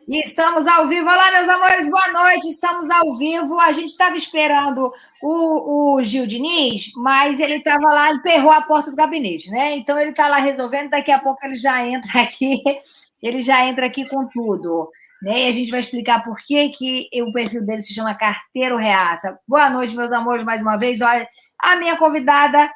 E estamos ao vivo. Olá, meus amores, boa noite. Estamos ao vivo. A gente estava esperando o Gil Diniz, mas ele estava lá, emperrou a porta do gabinete, né? Então ele está lá resolvendo. Daqui a pouco ele já entra aqui, ele já entra aqui com tudo. Né? E a gente vai explicar por que o perfil dele se chama Carteiro Reaça. Boa noite, meus amores, mais uma vez. Olha, a minha convidada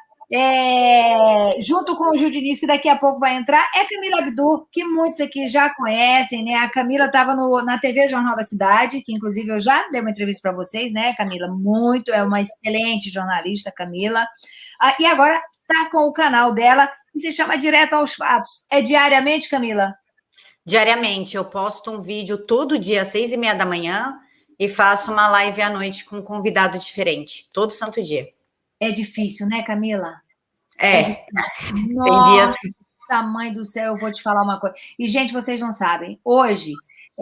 junto com o Gil Diniz, que daqui a pouco vai entrar, é Camila Abdur, que muitos aqui já conhecem, né? A Camila estava na TV Jornal da Cidade, que inclusive eu já dei uma entrevista para vocês, né, Camila? É uma excelente jornalista, Camila. E agora está com o canal dela, que se chama Direto aos Fatos. É diariamente, Camila? Diariamente, eu posto um vídeo todo dia às 6h30 da manhã e faço uma live à noite com um convidado diferente, todo santo dia. É difícil, né, Camila? É difícil. Nossa, tem dias... mãe do céu, eu vou te falar uma coisa. E, gente, vocês não sabem, hoje,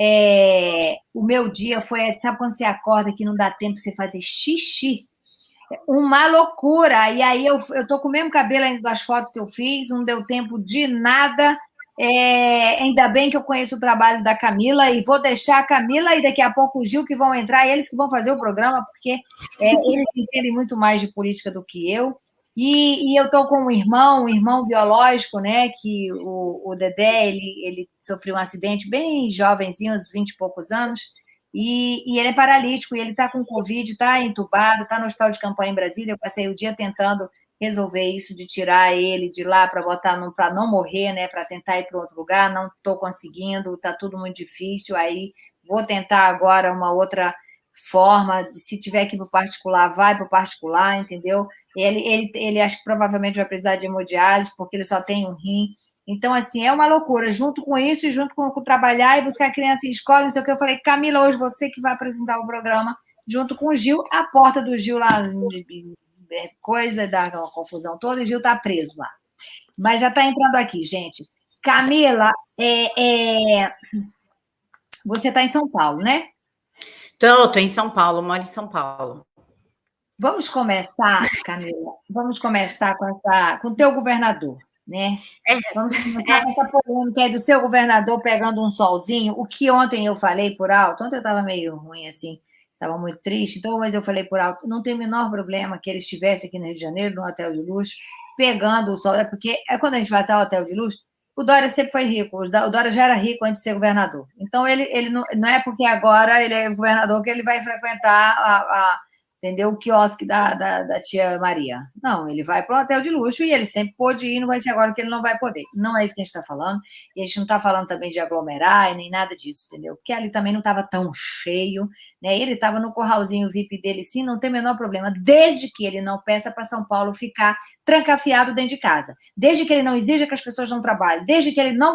o meu dia foi, sabe quando você acorda que não dá tempo de você fazer xixi? Uma loucura. E aí eu tô com o mesmo cabelo ainda das fotos que eu fiz, não deu tempo de nada. Ainda bem que eu conheço o trabalho da Camila e vou deixar a Camila e daqui a pouco o Gil que vão entrar, eles que vão fazer o programa, porque eles entendem muito mais de política do que eu. E eu estou com um irmão biológico, né? Que o Dedé, ele sofreu um acidente bem jovenzinho, uns 20 e poucos anos, e ele é paralítico, e ele está com Covid, está entubado, está no hospital de campanha em Brasília. Eu passei o dia tentando resolver isso, de tirar ele de lá para botar para não morrer, né? Para tentar ir para outro lugar, não estou conseguindo, está tudo muito difícil. Aí vou tentar agora uma outra forma, se tiver que ir para o particular, vai para o particular, entendeu? Ele acho que provavelmente vai precisar de hemodiálise, porque ele só tem um rim. Então, assim, é uma loucura. Junto com isso e junto com trabalhar e buscar criança em escola, não sei o que, eu falei, Camila, hoje você que vai apresentar o programa, junto com o Gil, a porta do Gil lá, coisa da confusão toda, e o Gil está preso lá. Mas já está entrando aqui, gente. Camila, você está em São Paulo, né? Tô em São Paulo, moro em São Paulo. Vamos começar, Camila, com o teu governador, né? Vamos começar com essa polêmica aí do seu governador pegando um solzinho, o que ontem eu falei por alto, ontem eu estava meio ruim, assim, estava muito triste, então, mas eu falei por alto, não tem o menor problema que ele estivesse aqui no Rio de Janeiro, no hotel de luxo, pegando o sol, porque quando a gente vai ao hotel de luxo, o Dória sempre foi rico, o Dória já era rico antes de ser governador, então ele não é porque agora ele é governador que ele vai frequentar entendeu? O quiosque da tia Maria. Não, ele vai para um hotel de luxo e ele sempre pôde ir, não vai ser agora que ele não vai poder. Não é isso que a gente está falando. E a gente não está falando também de aglomerar e nem nada disso, entendeu? Porque ali também não estava tão cheio, né? Ele estava no corralzinho VIP dele, sim, não tem o menor problema, desde que ele não peça para São Paulo ficar trancafiado dentro de casa, desde que ele não exija que as pessoas não trabalhem, desde que ele não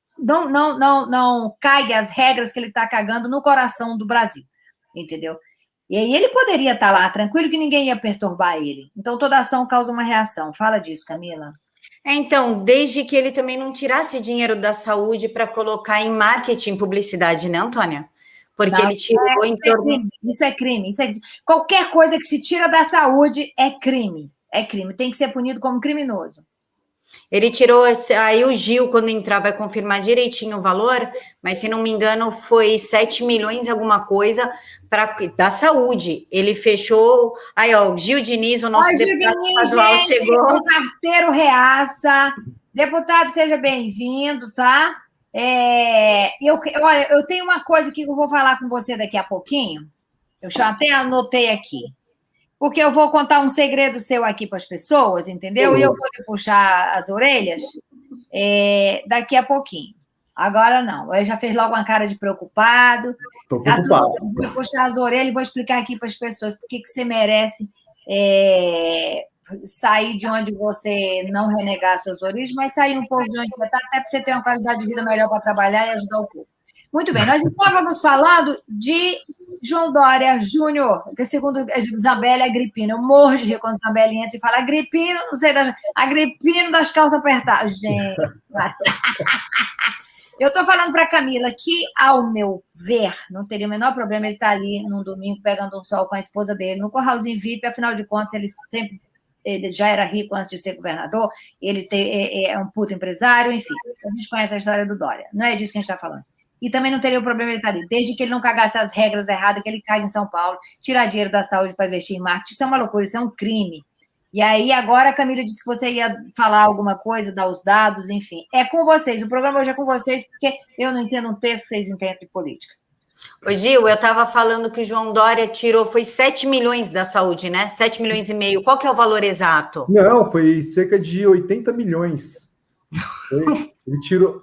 cague as regras que ele está cagando no coração do Brasil, entendeu? E aí ele poderia estar lá, tranquilo, que ninguém ia perturbar ele. Então, toda ação causa uma reação. Fala disso, Camila. Então, desde que ele também não tirasse dinheiro da saúde para colocar em marketing, publicidade, né, Antônia? Porque ele tirou em torno... Isso é crime. Qualquer coisa que se tira da saúde é crime. É crime. Tem que ser punido como criminoso. Ele tirou, aí o Gil, quando entrar, vai confirmar direitinho o valor, mas se não me engano foi 7 milhões e alguma coisa da saúde. Ele fechou, aí ó, o Gil Diniz, o nosso deputado estadual, chegou. O Carteiro Reaça, deputado, seja bem-vindo, tá? Olha, eu tenho uma coisa que eu vou falar com você daqui a pouquinho, eu já até anotei aqui. Porque eu vou contar um segredo seu aqui para as pessoas, entendeu? E eu vou lhe puxar as orelhas daqui a pouquinho. Agora não. Ele já fez logo uma cara de preocupado. Estou preocupado. Vou puxar as orelhas e vou explicar aqui para as pessoas por que você merece sair de onde você não renegar suas origens, mas sair um pouco de onde você está, até para você ter uma qualidade de vida melhor para trabalhar e ajudar o povo. Muito bem, nós estávamos falando de João Dória Júnior, que segundo Zambelli é Agripino. Eu morro de rir quando Zambelli entra e fala Agripino, não sei, Agripino das calças apertadas. Gente, eu estou falando para a Camila que, ao meu ver, não teria o menor problema ele estar ali num domingo pegando um sol com a esposa dele, no corralzinho VIP, afinal de contas, ele já era rico antes de ser governador, ele é um puto empresário, enfim, a gente conhece a história do Dória, não é disso que a gente está falando. E também não teria o problema de estar ali. Desde que ele não cagasse as regras erradas, que ele caia em São Paulo, tirar dinheiro da saúde para investir em marketing, isso é uma loucura, isso é um crime. E aí, agora a Camila disse que você ia falar alguma coisa, dar os dados, enfim. É com vocês, o programa hoje é com vocês, porque eu não entendo um texto, vocês entendem de política. Ô Gil, eu estava falando que o João Dória tirou, foi 7 milhões da saúde, né? 7 milhões e meio. Qual que é o valor exato? Não, foi cerca de 80 milhões. Ele tirou...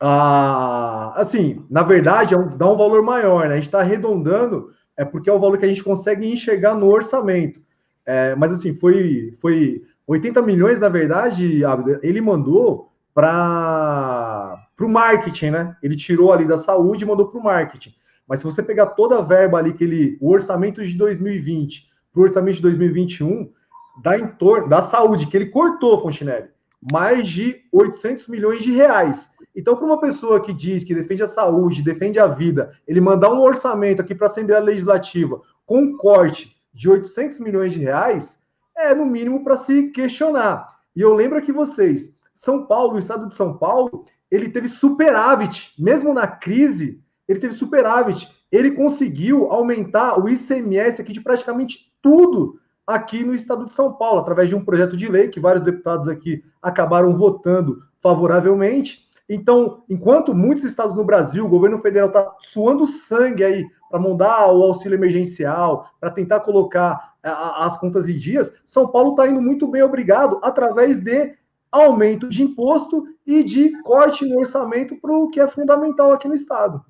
assim, na verdade, dá um valor maior, né? A gente está arredondando, porque é o valor que a gente consegue enxergar no orçamento. Mas, assim, foi 80 milhões, na verdade, ele mandou para o marketing, né? Ele tirou ali da saúde e mandou para o marketing. Mas se você pegar toda a verba ali, o orçamento de 2020 para o orçamento de 2021, dá em torno da saúde, que ele cortou, Fontinelli, mais de 800 milhões de reais. Então, para uma pessoa que diz que defende a saúde, defende a vida, ele mandar um orçamento aqui para a Assembleia Legislativa com um corte de 800 milhões de reais, no mínimo para se questionar. E eu lembro aqui vocês, São Paulo, o estado de São Paulo, ele teve superávit, mesmo na crise, ele teve superávit. Ele conseguiu aumentar o ICMS aqui de praticamente tudo aqui no estado de São Paulo, através de um projeto de lei que vários deputados aqui acabaram votando favoravelmente. Então, enquanto muitos estados no Brasil, o governo federal está suando sangue aí para mandar o auxílio emergencial, para tentar colocar as contas em dias, São Paulo está indo muito bem, obrigado, através de aumento de imposto e de corte no orçamento para o que é fundamental aqui no estado.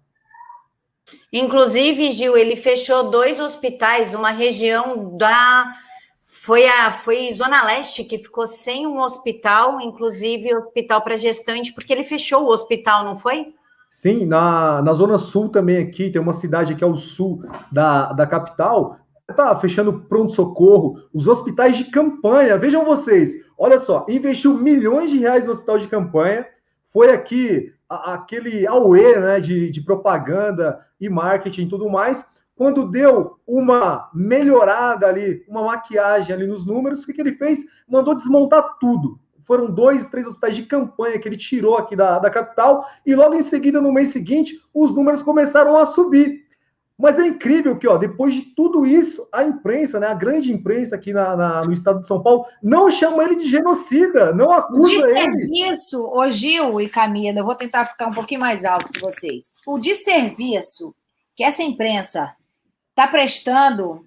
Inclusive, Gil, ele fechou 2 hospitais, uma região foi Zona Leste que ficou sem um hospital, inclusive hospital para gestante, porque ele fechou o hospital, não foi? Sim, na Zona Sul também aqui, tem uma cidade que é o sul da capital, tá fechando pronto-socorro, os hospitais de campanha, vejam vocês, olha só, investiu milhões de reais no hospital de campanha, foi aqui aquele auê, né, de propaganda e marketing e tudo mais, quando deu uma melhorada ali, uma maquiagem ali nos números, o que ele fez? Mandou desmontar tudo. Foram 2, 3 hospitais de campanha que ele tirou aqui da capital, e logo em seguida, no mês seguinte, os números começaram a subir. Mas é incrível que, depois de tudo isso, a imprensa, né, a grande imprensa aqui no estado de São Paulo, não chama ele de genocida, não acusa ele. O desserviço, ô Gil e Camila, eu vou tentar ficar um pouquinho mais alto que vocês. O desserviço que essa imprensa está prestando,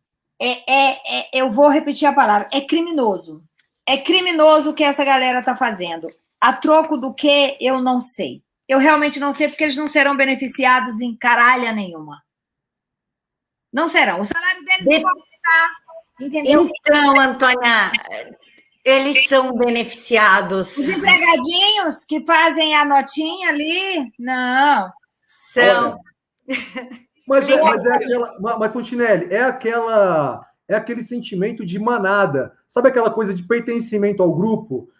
eu vou repetir a palavra, é criminoso. É criminoso o que essa galera está fazendo. A troco do que, eu não sei. Eu realmente não sei, porque eles não serão beneficiados em caralha nenhuma. Não serão. O salário deles não vai aumentar, entendeu? Então, Antônia, eles são beneficiados. Os empregadinhos que fazem a notinha ali, não. São. Mas Fontinelli, é aquele sentimento de manada. Sabe aquela coisa de pertencimento ao grupo?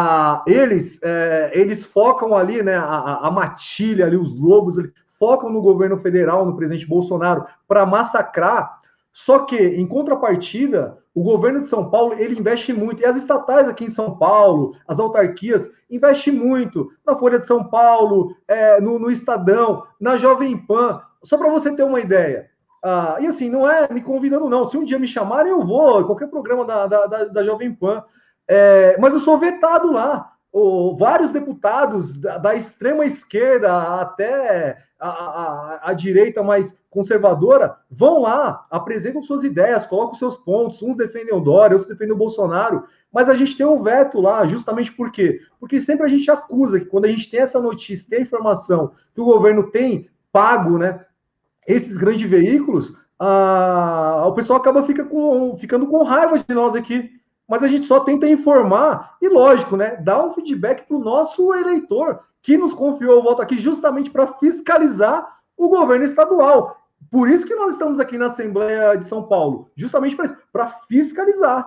Eles focam ali, né, a matilha ali, os lobos, focam no governo federal, no presidente Bolsonaro, para massacrar. Só que, em contrapartida, o governo de São Paulo, ele investe muito. E as estatais aqui em São Paulo, as autarquias, investem muito na Folha de São Paulo, no Estadão, na Jovem Pan. Só para você ter uma ideia. E assim, não é me convidando, não. Se um dia me chamarem, eu vou. Qualquer programa da Jovem Pan. Mas eu sou vetado lá. Vários deputados da extrema esquerda até a direita mais conservadora vão lá, apresentam suas ideias, colocam seus pontos, uns defendem o Dória, outros defendem o Bolsonaro, mas a gente tem um veto lá, justamente por quê? Porque sempre a gente acusa que quando a gente tem essa notícia, tem a informação que o governo tem pago, né, esses grandes veículos, o pessoal acaba ficando com raiva de nós aqui. Mas a gente só tenta informar e, lógico, né, dar um feedback para o nosso eleitor, que nos confiou o voto aqui justamente para fiscalizar o governo estadual. Por isso que nós estamos aqui na Assembleia de São Paulo, justamente para isso, para fiscalizar.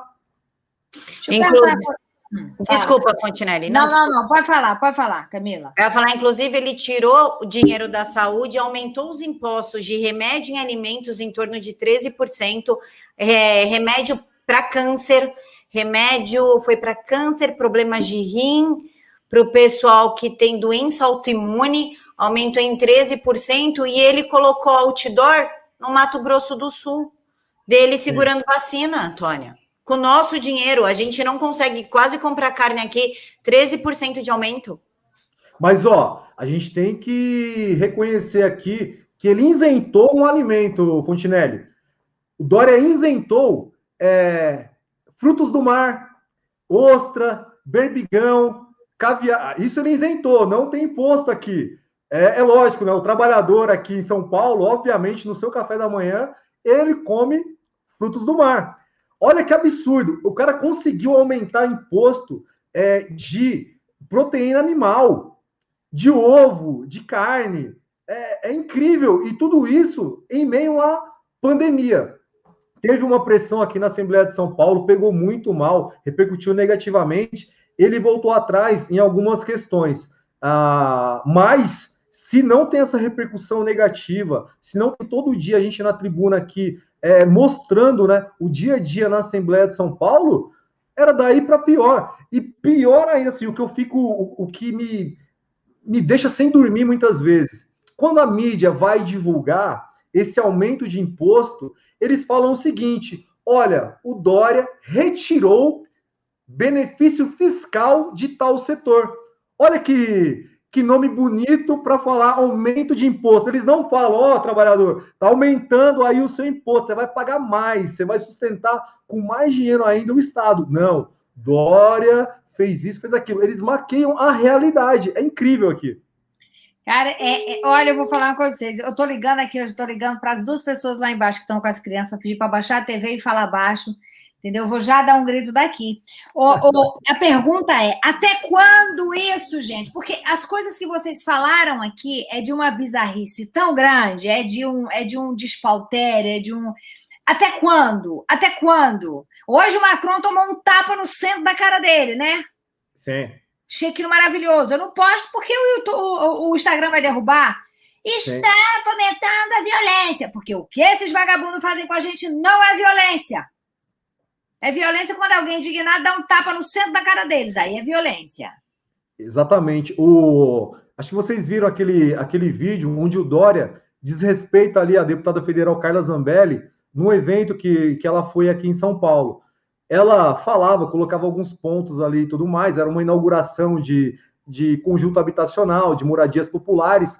Desculpa, Fontinelli. Não, pode falar, Camila. Eu ia falar, inclusive, ele tirou o dinheiro da saúde, aumentou os impostos de remédio em alimentos em torno de 13%, remédio para câncer, remédio foi para câncer, problemas de rim, para o pessoal que tem doença autoimune, aumentou em 13%, e ele colocou outdoor no Mato Grosso do Sul, dele segurando vacina, Antônia. Com o nosso dinheiro, a gente não consegue quase comprar carne aqui, 13% de aumento. Mas, ó, a gente tem que reconhecer aqui que ele isentou um alimento, Fontinelli. O Dória isentou frutos do mar, ostra, berbigão, caviar. Isso ele isentou, não tem imposto aqui. É lógico, né? O trabalhador aqui em São Paulo, obviamente, no seu café da manhã, ele come frutos do mar. Olha que absurdo. O cara conseguiu aumentar imposto de proteína animal, de ovo, de carne. É incrível. E tudo isso em meio à pandemia. Teve uma pressão aqui na Assembleia de São Paulo, pegou muito mal, repercutiu negativamente. Ele voltou atrás em algumas questões. Mas, se não tem essa repercussão negativa, se não tem todo dia a gente na tribuna aqui mostrando, né, o dia a dia na Assembleia de São Paulo, era daí para pior. E pior ainda, assim, o que me deixa sem dormir muitas vezes. Quando a mídia vai divulgar esse aumento de imposto, eles falam o seguinte: olha, o Dória retirou benefício fiscal de tal setor. Olha que nome bonito para falar aumento de imposto. Eles não falam, ó, trabalhador, está aumentando aí o seu imposto, você vai pagar mais, você vai sustentar com mais dinheiro ainda o Estado. Não, Dória fez isso, fez aquilo. Eles maqueiam a realidade. É incrível aqui. Cara, olha, eu vou falar uma coisa pra vocês. Eu tô ligando aqui, eu estou ligando para as duas pessoas lá embaixo que estão com as crianças para pedir para baixar a TV e falar baixo. Entendeu? Vou já dar um grito daqui. A pergunta é, até quando isso, gente? Porque as coisas que vocês falaram aqui é de uma bizarrice tão grande, é de um despautério, é de um... Até quando? Até quando? Hoje o Macron tomou um tapa no centro da cara dele, né? Sim. Achei aquilo maravilhoso. Eu não posto porque o Instagram vai derrubar. Está fomentando a violência. Porque o que esses vagabundos fazem com a gente não é violência. É violência quando alguém indignado dá um tapa no centro da cara deles. Aí é violência. Exatamente. Acho que vocês viram aquele vídeo onde o Dória desrespeita ali a deputada federal Carla Zambelli num evento que ela foi aqui em São Paulo. Ela falava, colocava alguns pontos ali e tudo mais. Era uma inauguração de conjunto habitacional, de moradias populares.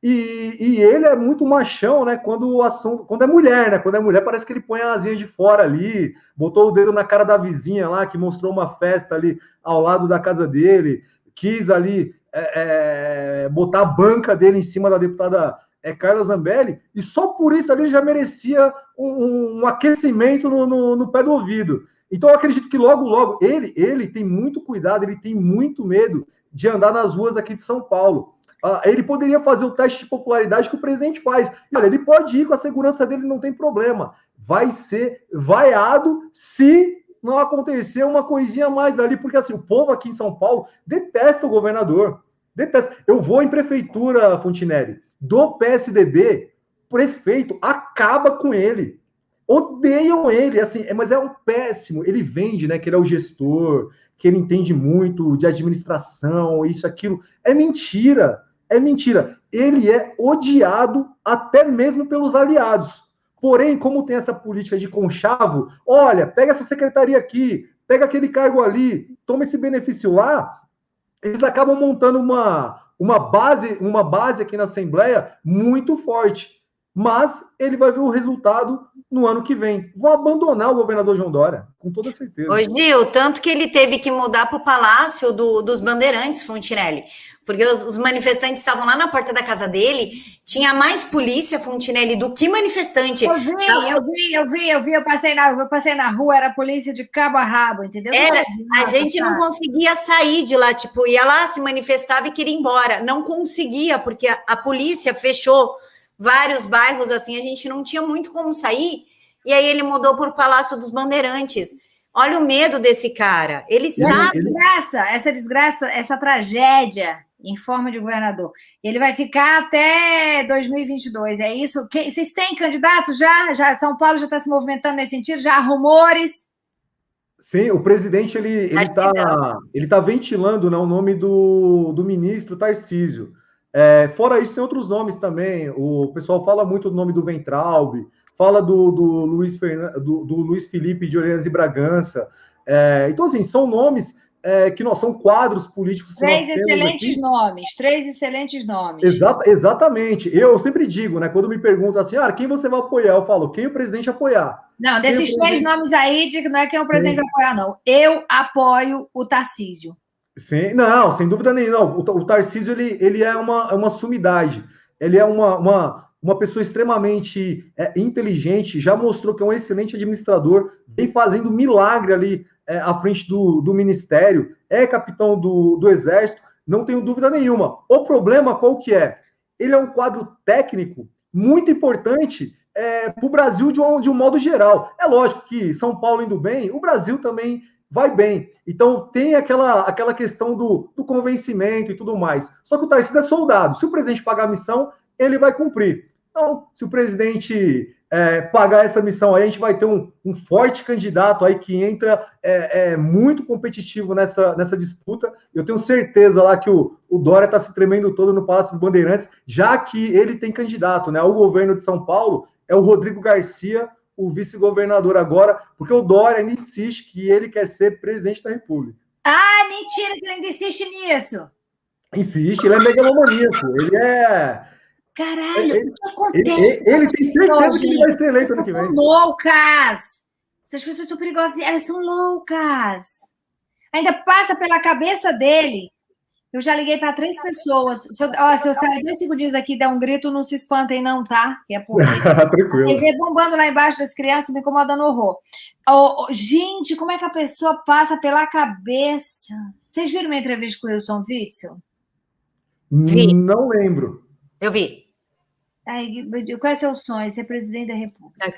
E ele é muito machão, né? Quando é mulher, né? Quando é mulher, parece que ele põe a asinha de fora ali, botou o dedo na cara da vizinha lá, que mostrou uma festa ali ao lado da casa dele, quis ali botar a banca dele em cima da deputada Carla Zambelli, e só por isso ali já merecia um aquecimento no pé do ouvido. Então eu acredito que logo, ele tem muito cuidado, ele tem muito medo de andar nas ruas aqui de São Paulo. Ele poderia fazer o teste de popularidade que o presidente faz. E, olha, ele pode ir com a segurança dele, não tem problema. Vai ser vaiado se não acontecer uma coisinha a mais ali, porque assim, o povo aqui em São Paulo detesta o governador. Detesta. Eu vou em prefeitura, Fontinelli, do PSDB, prefeito acaba com ele. Odeiam ele, assim, mas é um péssimo. Ele vende, né, que ele é o gestor, que ele entende muito de administração, isso, aquilo. É mentira. É mentira. Ele é odiado até mesmo pelos aliados. Porém, como tem essa política de conchavo, olha, pega essa secretaria aqui, pega aquele cargo ali, toma esse benefício lá, eles acabam montando uma base aqui na Assembleia muito forte. Mas ele vai ver o resultado no ano que vem. Vão abandonar o governador João Dória, com toda certeza. Ô, Gil, tanto que ele teve que mudar para o Palácio dos Bandeirantes, Fontinelli, porque os manifestantes estavam lá na porta da casa dele, tinha mais polícia, Fontinelli, do que manifestante. Eu vi, eu passei na rua, era polícia de cabo a rabo, entendeu? A gente não conseguia sair de lá, tipo, ia lá, se manifestava e queria ir embora. Não conseguia, porque a polícia fechou vários bairros, assim, a gente não tinha muito como sair, e aí ele mudou para o Palácio dos Bandeirantes. Olha o medo desse cara, ele sabe... Essa desgraça, essa tragédia em forma de governador, ele vai ficar até 2022, é isso? Vocês têm candidatos já? São Paulo já está se movimentando nesse sentido? Já há rumores? Sim, o presidente ele tá ventilando, né, o nome do ministro Tarcísio. Fora isso, tem outros nomes também. O pessoal fala muito do nome do Weintraub, fala do Luiz Felipe de Orleans e Bragança. Então, assim, são nomes que nós são quadros políticos que nós temos aqui. Três excelentes nomes. Exatamente. Eu sempre digo, né? Quando me perguntam assim, quem você vai apoiar? Eu falo, quem o presidente apoiar. Não, desses três nomes aí, não é quem o presidente vai apoiar, não. Eu apoio o Tarcísio. Sim, não, sem dúvida nenhuma. Não. O Tarcísio, ele é uma sumidade. Ele é uma pessoa extremamente inteligente, já mostrou que é um excelente administrador, vem fazendo milagre ali à frente do ministério, é capitão do Exército, não tenho dúvida nenhuma. O problema qual que é? Ele é um quadro técnico muito importante para o Brasil de um modo geral. É lógico que São Paulo indo bem, o Brasil também vai bem. Então, tem aquela questão do convencimento e tudo mais. Só que o Tarcísio é soldado. Se o presidente pagar a missão, ele vai cumprir. Então, se o presidente pagar essa missão aí, a gente vai ter um forte candidato aí que entra muito competitivo nessa disputa. Eu tenho certeza lá que o Dória está se tremendo todo no Palácio dos Bandeirantes, já que ele tem candidato, né? O governo de São Paulo é o Rodrigo Garcia, o vice-governador agora, porque o Dória ainda insiste que ele quer ser presidente da República. Mentira que ele ainda insiste nisso. Insiste, ele é megalomaníaco, ele é... Caralho, o que acontece? Ele tem certeza que ele vai ser eleito ano que vem. Essas pessoas são loucas. Essas pessoas são perigosas, elas são loucas. Ainda passa pela cabeça dele. Eu já liguei para 3 pessoas. Se eu sair 2 segundinhos aqui e der um grito, não se espantem, não, tá? Que é porque a TV bombando lá embaixo das crianças me incomodando horror. Gente, como é que a pessoa passa pela cabeça? Vocês viram minha entrevista com o Wilson Witzel? Vi. Não lembro. Eu vi. Qual é seu sonho? Ser presidente da República?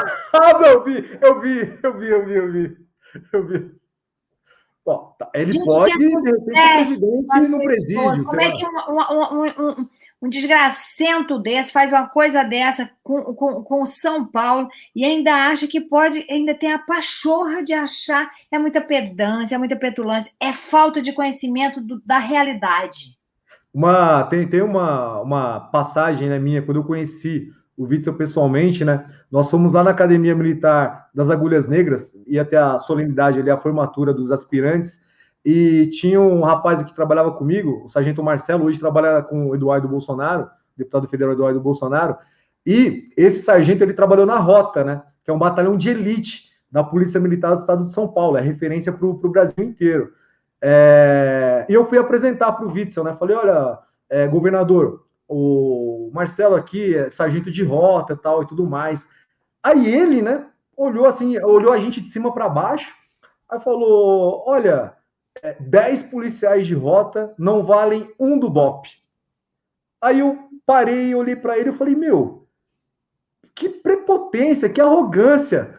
Eu vi. Bom, ele gente, pode de repente ser presidente no presídio. Como é que um desgracento desse faz uma coisa dessa com São Paulo e ainda acha que pode, ainda tem a pachorra de achar, é muita pedância, é muita petulância, é falta de conhecimento da realidade. Tem uma passagem, né, minha, quando eu conheci o Witzel pessoalmente, né? Nós fomos lá na Academia Militar das Agulhas Negras, ia até a solenidade ali, a formatura dos aspirantes, e tinha um rapaz que trabalhava comigo, o Sargento Marcelo, hoje trabalha com o Eduardo Bolsonaro, deputado federal Eduardo Bolsonaro, e esse sargento, ele trabalhou na Rota, né? Que é um batalhão de elite da Polícia Militar do Estado de São Paulo, é referência para o Brasil inteiro. E eu fui apresentar para o Witzel, né? Falei, olha, governador, o Marcelo aqui é sargento de rota tal, e tudo mais. Aí ele, né, olhou a gente de cima para baixo, aí falou, olha, 10 policiais de rota não valem um do BOP. Aí eu parei, olhei para ele e falei, meu, que prepotência, que arrogância.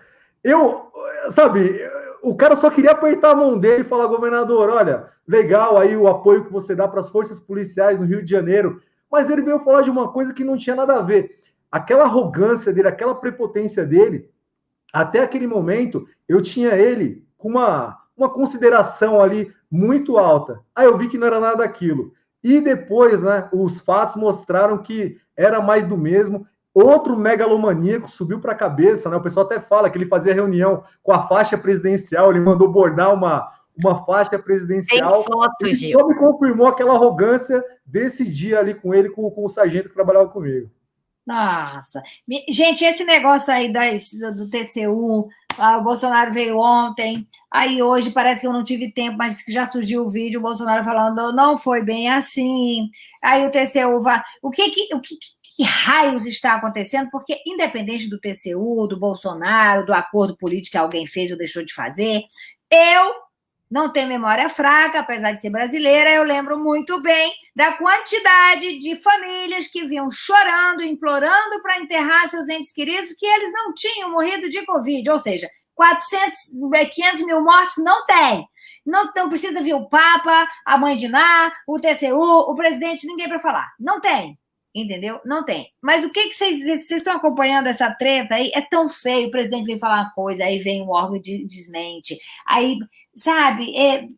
O cara só queria apertar a mão dele e falar, governador, olha, legal aí o apoio que você dá para as forças policiais no Rio de Janeiro, mas ele veio falar de uma coisa que não tinha nada a ver. Aquela arrogância dele, aquela prepotência dele, até aquele momento, eu tinha ele com uma consideração ali muito alta. Aí eu vi que não era nada daquilo. E depois, né, os fatos mostraram que era mais do mesmo. Outro megalomaníaco subiu para a cabeça, né? O pessoal até fala que ele fazia reunião com a faixa presidencial, ele mandou bordar uma faixa presidencial. Tem foto, e Gil. só me confirmou aquela arrogância desse dia ali com ele, com o sargento que trabalhava comigo. Nossa. Gente, esse negócio aí do TCU, o Bolsonaro veio ontem, aí hoje parece que eu não tive tempo, mas que já surgiu o vídeo, o Bolsonaro falando, não foi bem assim, aí o TCU vai... O que raios está acontecendo? Porque independente do TCU, do Bolsonaro, do acordo político que alguém fez ou deixou de fazer, eu não tenho memória fraca, apesar de ser brasileira, eu lembro muito bem da quantidade de famílias que vinham chorando, implorando para enterrar seus entes queridos, que eles não tinham morrido de Covid, ou seja, 500 mil mortes não tem. Não precisa vir o Papa, a mãe de Ná, o TCU, o presidente, ninguém para falar. Não tem. Entendeu? Não tem. Mas o que vocês estão acompanhando essa treta aí? É tão feio, o presidente vem falar uma coisa, aí vem um órgão de desmente. Aí, sabe,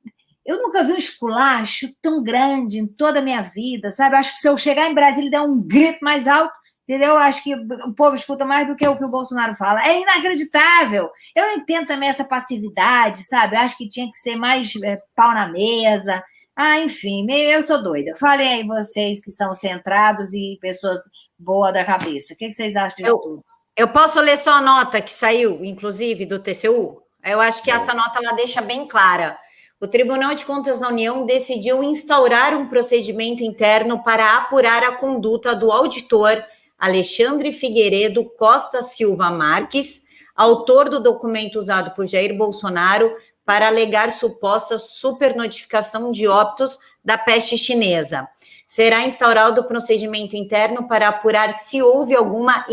Eu nunca vi um esculacho tão grande em toda a minha vida, sabe? Acho que se eu chegar em Brasília e der um grito mais alto, entendeu? Acho que o povo escuta mais do que o Bolsonaro fala. É inacreditável. Eu não entendo também essa passividade, sabe? Eu acho que tinha que ser mais pau na mesa. Enfim, eu sou doida. Falem aí vocês que são centrados e pessoas boas da cabeça. O que vocês acham disso tudo? Eu posso ler só a nota que saiu, inclusive, do TCU? Eu acho que essa nota ela deixa bem clara. O Tribunal de Contas da União decidiu instaurar um procedimento interno para apurar a conduta do auditor Alexandre Figueiredo Costa Silva Marques, autor do documento usado por Jair Bolsonaro para alegar suposta supernotificação de óbitos da peste chinesa. Será instaurado o procedimento interno para apurar se houve alguma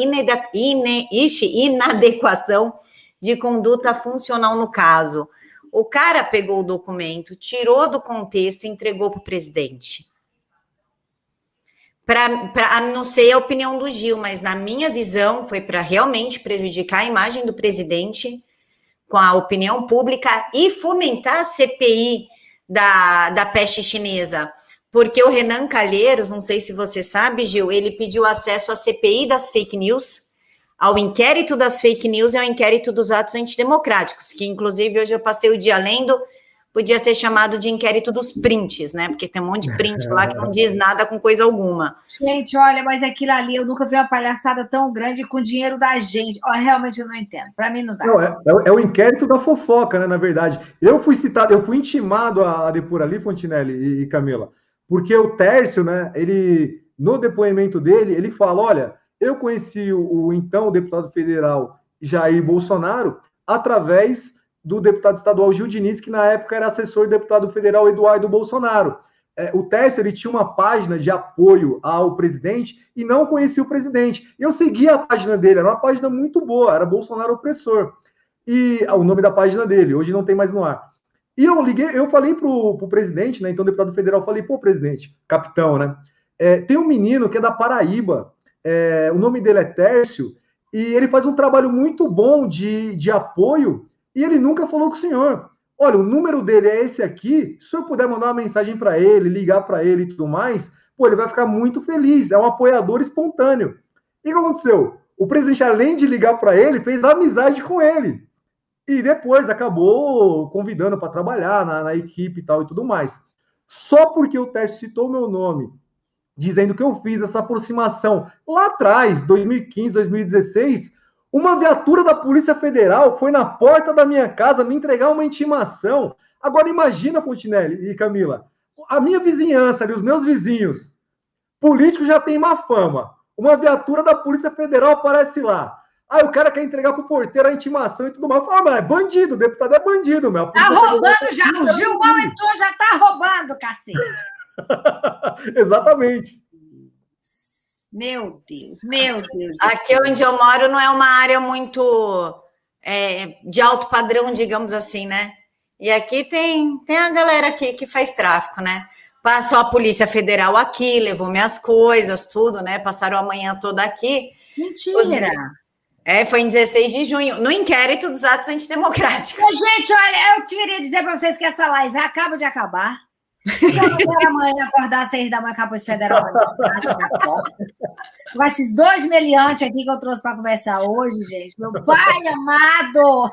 inadequação de conduta funcional no caso. O cara pegou o documento, tirou do contexto e entregou para o presidente. Não sei a opinião do Gil, mas na minha visão foi para realmente prejudicar a imagem do presidente com a opinião pública e fomentar a CPI da peste chinesa. Porque o Renan Calheiros, não sei se você sabe, Gil, ele pediu acesso à CPI das fake news, ao inquérito das fake news e ao inquérito dos atos antidemocráticos, que inclusive hoje eu passei o dia lendo, podia ser chamado de inquérito dos prints, né? Porque tem um monte de print lá que não diz nada com coisa alguma. Gente, olha, mas aquilo ali, eu nunca vi uma palhaçada tão grande com dinheiro da gente. Realmente eu não entendo. Para mim não dá. Não, é o inquérito da fofoca, né? Na verdade. Eu fui intimado a depor ali, Fontinelli e Camila, porque o Tércio, né? Ele, no depoimento dele, ele fala: olha, eu conheci o então deputado federal Jair Bolsonaro através do deputado estadual Gil Diniz, que na época era assessor do deputado federal Eduardo Bolsonaro. O Tércio, ele tinha uma página de apoio ao presidente e não conhecia o presidente. Eu seguia a página dele, era uma página muito boa, era Bolsonaro Opressor. E o nome da página dele, hoje não tem mais no ar. E eu falei pro presidente, né, então deputado federal, falei: pô, presidente, capitão, né, tem um menino que é da Paraíba, o nome dele é Tércio, e ele faz um trabalho muito bom de apoio, e ele nunca falou com o senhor. Olha, o número dele é esse aqui, se eu puder mandar uma mensagem para ele, ligar para ele e tudo mais, pô, ele vai ficar muito feliz, é um apoiador espontâneo. E o que aconteceu? O presidente, além de ligar para ele, fez amizade com ele. E depois acabou convidando para trabalhar na equipe e tal e tudo mais. Só porque o Tércio citou meu nome, dizendo que eu fiz essa aproximação lá atrás, 2015, 2016, uma viatura da Polícia Federal foi na porta da minha casa me entregar uma intimação. Agora imagina, Fontinelli e Camila, a minha vizinhança ali, os meus vizinhos, político já tem má fama. Uma viatura da Polícia Federal aparece lá. Aí o cara quer entregar pro porteiro a intimação e tudo mais. Fala: mas é bandido, o deputado é bandido, meu. Tá roubando já, o Gilmão entrou, já tá roubando, cacete. Exatamente. Meu Deus, meu Deus. Aqui onde eu moro não é uma área muito de alto padrão, digamos assim, né? E aqui tem a galera aqui que faz tráfico, né? Passou a Polícia Federal aqui, levou minhas coisas, tudo, né? Passaram a manhã toda aqui. Mentira! Foi em 16 de junho, no inquérito dos atos antidemocráticos. Gente, olha, eu queria dizer para vocês que essa live acaba de acabar. Então, amanhã acordar às 6 da manhã com a Polícia Federal. Com esses dois meliantes aqui que eu trouxe para conversar hoje, gente. Meu pai amado!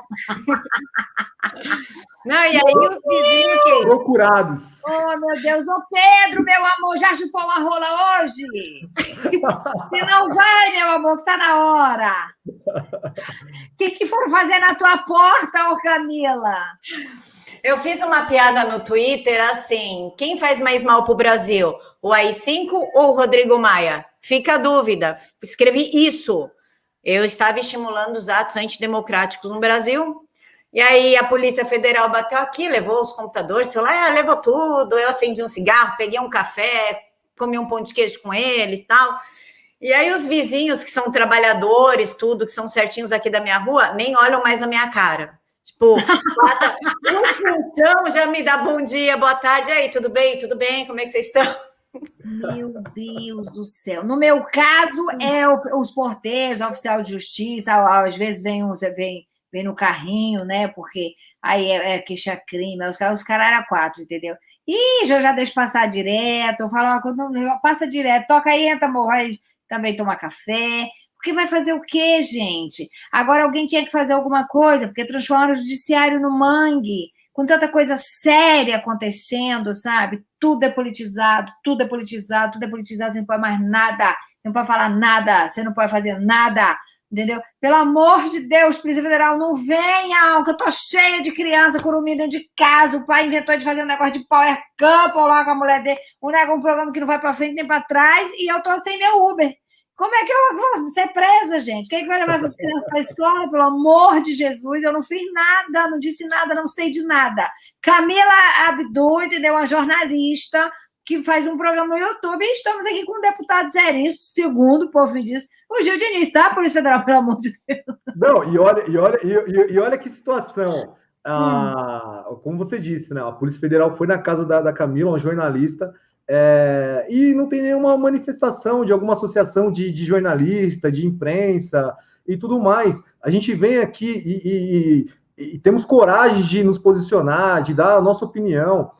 Não, e aí os vizinhos que... Procurados. Oh, meu Deus. Ô, Pedro, meu amor, já chupou uma rola hoje? Você não vai, meu amor, que tá na hora. O que foram fazer na tua porta, ô Camila? Eu fiz uma piada no Twitter assim: quem faz mais mal pro Brasil? O AI-5 ou o Rodrigo Maia? Fica a dúvida. Escrevi isso. Eu estava estimulando os atos antidemocráticos no Brasil. E aí a Polícia Federal bateu aqui, levou os computadores, celular, levou tudo. Eu acendi um cigarro, peguei um café, comi um pão de queijo com eles e tal. E aí os vizinhos que são trabalhadores, tudo, que são certinhos aqui da minha rua, nem olham mais a minha cara. Tipo, passa uma função, já me dá bom dia, boa tarde, e aí, tudo bem? Tudo bem? Como é que vocês estão? Meu Deus do céu. No meu caso, os porteiros, oficial de justiça, às vezes vem vem no carrinho, né? Porque aí queixa-crime, os caras eram 4, entendeu? E eu já deixo passar direto, eu falo, passa direto, toca aí, entra, amor, vai também tomar café. Porque vai fazer o quê, gente? Agora alguém tinha que fazer alguma coisa, porque transformaram o judiciário no mangue, com tanta coisa séria acontecendo, sabe? Tudo é politizado, tudo é politizado, tudo é politizado, você não pode mais nada, você não pode falar nada, você não pode fazer nada, entendeu? Pelo amor de Deus, Polícia Federal, não venham, que eu tô cheia de criança curumim dentro de casa, o pai inventou de fazer um negócio de power couple lá com a mulher dele, um programa que não vai para frente nem para trás, e eu tô sem meu Uber. Como é que eu vou ser presa, gente? Quem é que vai levar essas crianças para a escola? Pelo amor de Jesus, eu não fiz nada, não disse nada, não sei de nada. Camila Abdu, entendeu? Uma jornalista que faz um programa no YouTube, e estamos aqui com um deputado seríssimo, segundo o povo me disse, o Gil Diniz, tá, Polícia Federal, pelo amor de Deus. Não, e olha que situação. Como você disse, né? A Polícia Federal foi na casa da Camila, uma jornalista, e não tem nenhuma manifestação de alguma associação de jornalista, de imprensa e tudo mais. A gente vem aqui e temos coragem de nos posicionar, de dar a nossa opinião.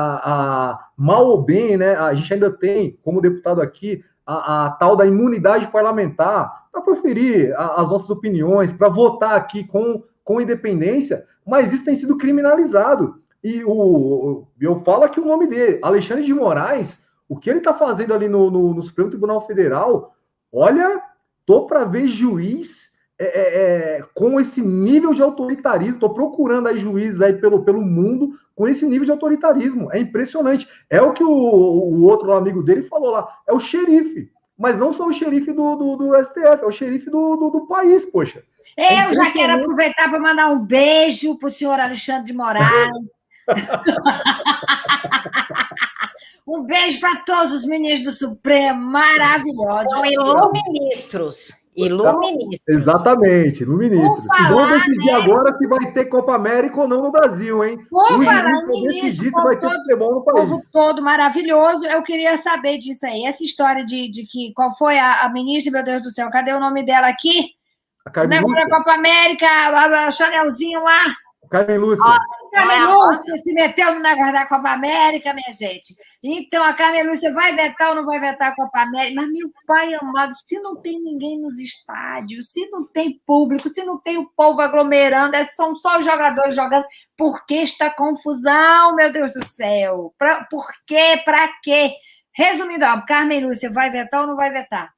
Mal ou bem, né? A gente ainda tem, como deputado aqui, a tal da imunidade parlamentar para proferir as nossas opiniões, para votar aqui com independência, mas isso tem sido criminalizado. E eu falo aqui o nome dele, Alexandre de Moraes, o que ele está fazendo ali no Supremo Tribunal Federal, olha, tô para ver juiz com esse nível de autoritarismo, estou procurando aí juízes aí pelo mundo com esse nível de autoritarismo, é impressionante. É o que o outro amigo dele falou lá, é o xerife, mas não só o xerife do STF, é o xerife do país, poxa. Eu já quero aproveitar para mandar um beijo para o senhor Alexandre de Moraes. Um beijo para todos os ministros do Supremo, maravilhosos. São iluministros. Exatamente, iluministros. E vamos decidir agora se vai ter Copa América ou não no Brasil, hein? Vou falar em ministro, se vai ter futebol no país. O povo todo maravilhoso. Eu queria saber disso aí. Essa história de que... Qual foi a ministra, meu Deus do céu? Cadê o nome dela aqui? A Carmen Lúcia. Da Copa América, a Chanelzinho lá. Carmen Lúcia. Carmen Lúcia se meteu no negócio da Copa América, minha gente. Então, a Carmen Lúcia vai vetar ou não vai vetar a Copa América? Mas, meu pai amado, se não tem ninguém nos estádios, se não tem público, se não tem o povo aglomerando, são só os jogadores jogando, por que esta confusão, meu Deus do céu? Por quê? Para quê? Resumindo, Carmen Lúcia vai vetar ou não vai vetar?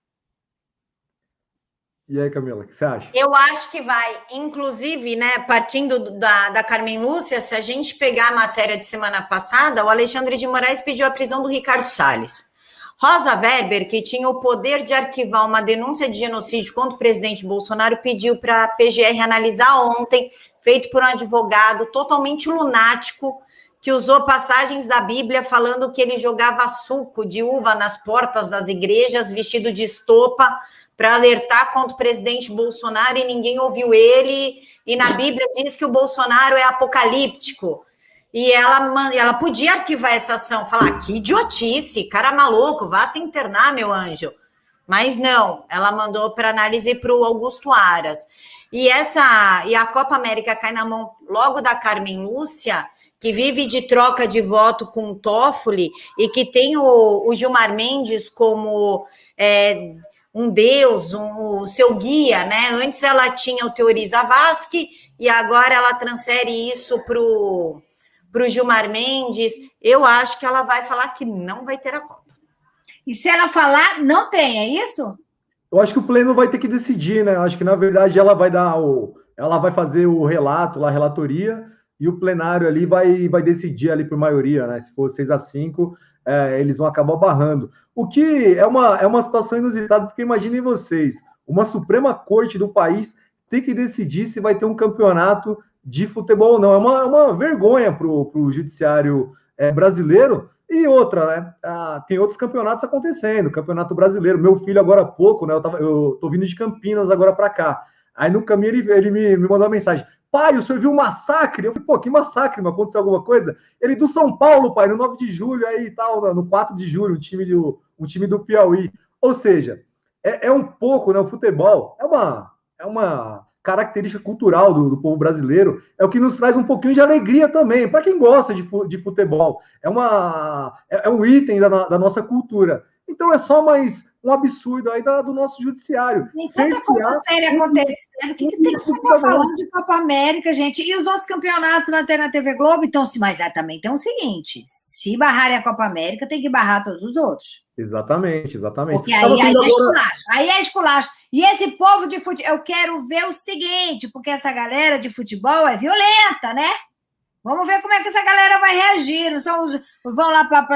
E aí, Camila, o que você acha? Eu acho que vai. Inclusive, né, partindo da Carmen Lúcia, se a gente pegar a matéria de semana passada, o Alexandre de Moraes pediu a prisão do Ricardo Salles. Rosa Weber, que tinha o poder de arquivar uma denúncia de genocídio contra o presidente Bolsonaro, pediu para a PGR analisar ontem, feito por um advogado totalmente lunático, que usou passagens da Bíblia falando que ele jogava suco de uva nas portas das igrejas, vestido de estopa, para alertar contra o presidente Bolsonaro, e ninguém ouviu ele, e na Bíblia diz que o Bolsonaro é apocalíptico, e ela podia arquivar essa ação, falar, que idiotice, cara maluco, vá se internar, meu anjo, mas não, ela mandou para análise para o Augusto Aras, e a Copa América cai na mão logo da Carmen Lúcia, que vive de troca de voto com o Toffoli, e que tem o Gilmar Mendes como... um deus, o seu guia, né? Antes ela tinha o Teori Zavascki e agora ela transfere isso para o Gilmar Mendes. Eu acho que ela vai falar que não vai ter a Copa. E se ela falar, não tem, é isso? Eu acho que o Pleno vai ter que decidir, né? Eu acho que, na verdade, ela vai fazer o relato, a relatoria, e o plenário ali vai decidir ali por maioria, né? Se for 6-5, eles vão acabar barrando. O que é uma situação inusitada, porque imaginem vocês, uma Suprema Corte do país tem que decidir se vai ter um campeonato de futebol ou não. É uma vergonha para o judiciário brasileiro. E outra, né? Tem outros campeonatos acontecendo, Campeonato Brasileiro. Meu filho agora há pouco, né? Eu tô vindo de Campinas agora para cá. Aí no caminho ele me mandou uma mensagem: pai, o senhor viu um massacre? Eu falei, pô, que massacre, mas aconteceu alguma coisa? Ele, do São Paulo, pai, no 9 de julho aí e tal, no 4 de julho, um time do Piauí. Ou seja, um pouco, né, o futebol é uma característica cultural do povo brasileiro, é o que nos traz um pouquinho de alegria também, para quem gosta de futebol. É um item da nossa cultura. Então é só mais um absurdo aí do nosso judiciário. Tem tanta coisa séria acontecendo. O que tem que ficar falando de Copa América, gente? E os outros campeonatos vão ter na TV Globo? Então, mas também tem o seguinte: se barrarem a Copa América, tem que barrar todos os outros. Exatamente. Porque aí é esculacho. Aí é esculacho. E esse povo de futebol, eu quero ver o seguinte, porque essa galera de futebol é violenta, né? Vamos ver como é que essa galera vai reagir. Não são vão lá para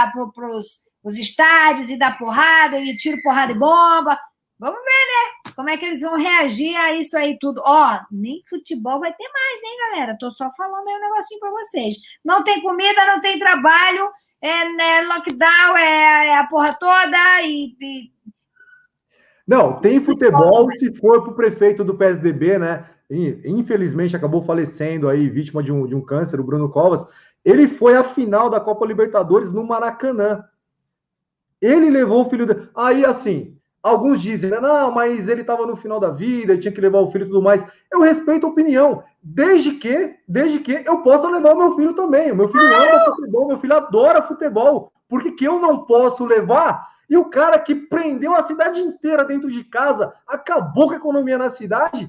os estádios e dar porrada, e tiro, porrada e bomba. Vamos ver, né? Como é que eles vão reagir a isso aí tudo. Nem futebol vai ter mais, hein, galera? Tô só falando aí um negocinho para vocês. Não tem comida, não tem trabalho, lockdown, a porra toda e... Não, tem futebol se for pro prefeito do PSDB, né? Infelizmente acabou falecendo aí, vítima de um câncer, o Bruno Covas. Ele foi à final da Copa Libertadores no Maracanã. Ele levou o filho dele. Aí, assim, alguns dizem, né? Não, mas ele estava no final da vida, ele tinha que levar o filho e tudo mais. Eu respeito a opinião, desde que eu possa levar o meu filho também. O meu filho ama futebol, meu filho adora futebol. Por que eu não posso levar? E o cara que prendeu a cidade inteira dentro de casa, acabou com a economia na cidade,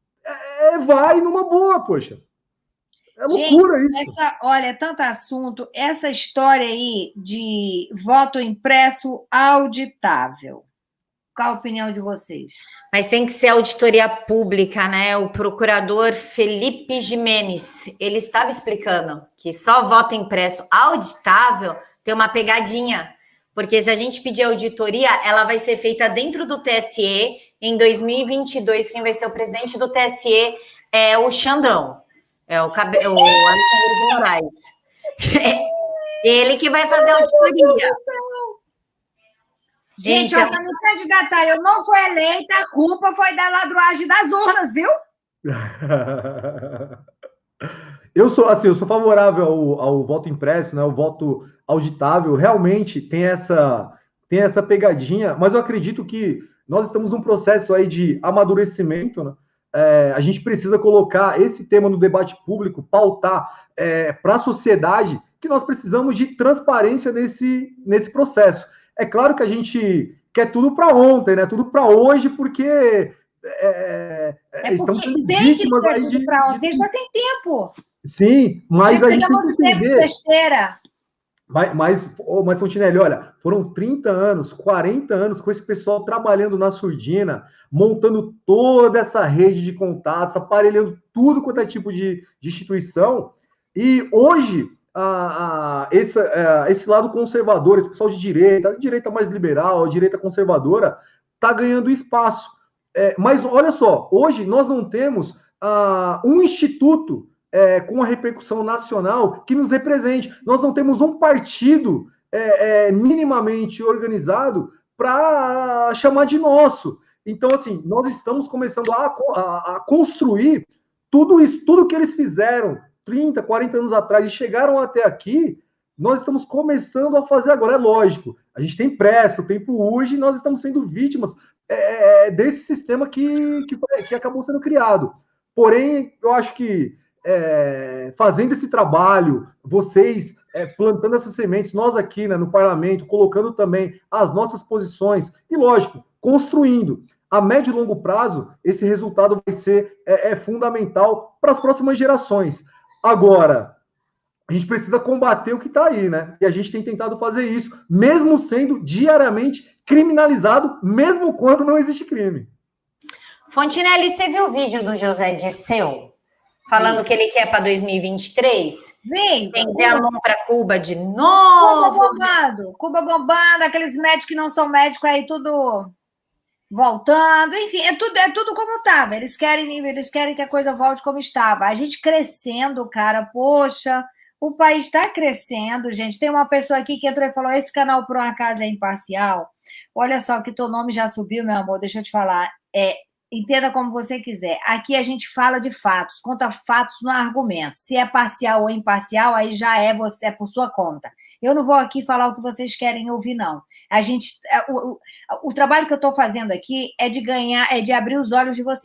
vai numa boa, poxa. É loucura, gente, isso. Olha, tanto assunto. Essa história aí de voto impresso auditável. Qual a opinião de vocês? Mas tem que ser auditoria pública, né? O procurador Felipe Jimenez, ele estava explicando que só voto impresso auditável tem uma pegadinha. Porque se a gente pedir auditoria, ela vai ser feita dentro do TSE. Em 2022, quem vai ser o presidente do TSE é o Xandão. É o Alexandre de Moraes. Ele que vai fazer a auditoria. Gente, eu não candidatar, eu não fui eleita, a culpa foi da ladruagem das urnas, viu? Eu sou favorável ao voto impresso, né? O voto auditável. Realmente tem essa pegadinha, mas eu acredito que nós estamos num processo aí de amadurecimento, né? A gente precisa colocar esse tema no debate público, pautar para a sociedade que nós precisamos de transparência nesse processo. É claro que a gente quer tudo para ontem, né? Tudo para hoje, porque estamos sendo vítimas aí de... para ontem, está sem tempo. Sim, mas a gente tem que entender... Besteira. Mas, Fontinelli, olha, foram 30 anos, 40 anos com esse pessoal trabalhando na surdina, montando toda essa rede de contatos, aparelhando tudo quanto é tipo de instituição, e hoje, esse lado conservador, esse pessoal de direita, a direita mais liberal, a direita conservadora, está ganhando espaço. Mas, olha só, hoje nós não temos um instituto com uma repercussão nacional que nos represente. Nós não temos um partido minimamente organizado para chamar de nosso. Então, assim, nós estamos começando a construir tudo isso, tudo que eles fizeram 30, 40 anos atrás e chegaram até aqui, nós estamos começando a fazer agora. É lógico, a gente tem pressa, o tempo urge, e nós estamos sendo vítimas desse sistema que acabou sendo criado. Porém, eu acho que fazendo esse trabalho, vocês plantando essas sementes, nós aqui, né, no parlamento, colocando também as nossas posições, e lógico, construindo. A médio e longo prazo, esse resultado vai ser fundamental para as próximas gerações. Agora, a gente precisa combater o que está aí, né? E a gente tem tentado fazer isso, mesmo sendo diariamente criminalizado, mesmo quando não existe crime. Fontinelli, você viu o vídeo do José Dirceu? Falando que ele quer para 2023? Estender a mão para Cuba de novo. Cuba bombando, aqueles médicos que não são médicos aí, tudo voltando. Enfim, é tudo como estava. Eles querem que a coisa volte como estava. A gente crescendo, cara, poxa, o país está crescendo, gente. Tem uma pessoa aqui que entrou e falou: esse canal, por um acaso, é imparcial? Olha só, que teu nome já subiu, meu amor, deixa eu te falar. Entenda como você quiser. Aqui a gente fala de fatos, conta fatos no argumento. Se é parcial ou imparcial, aí já é por sua conta. Eu não vou aqui falar o que vocês querem ouvir, não. O trabalho que eu estou fazendo aqui é de abrir os olhos de vocês.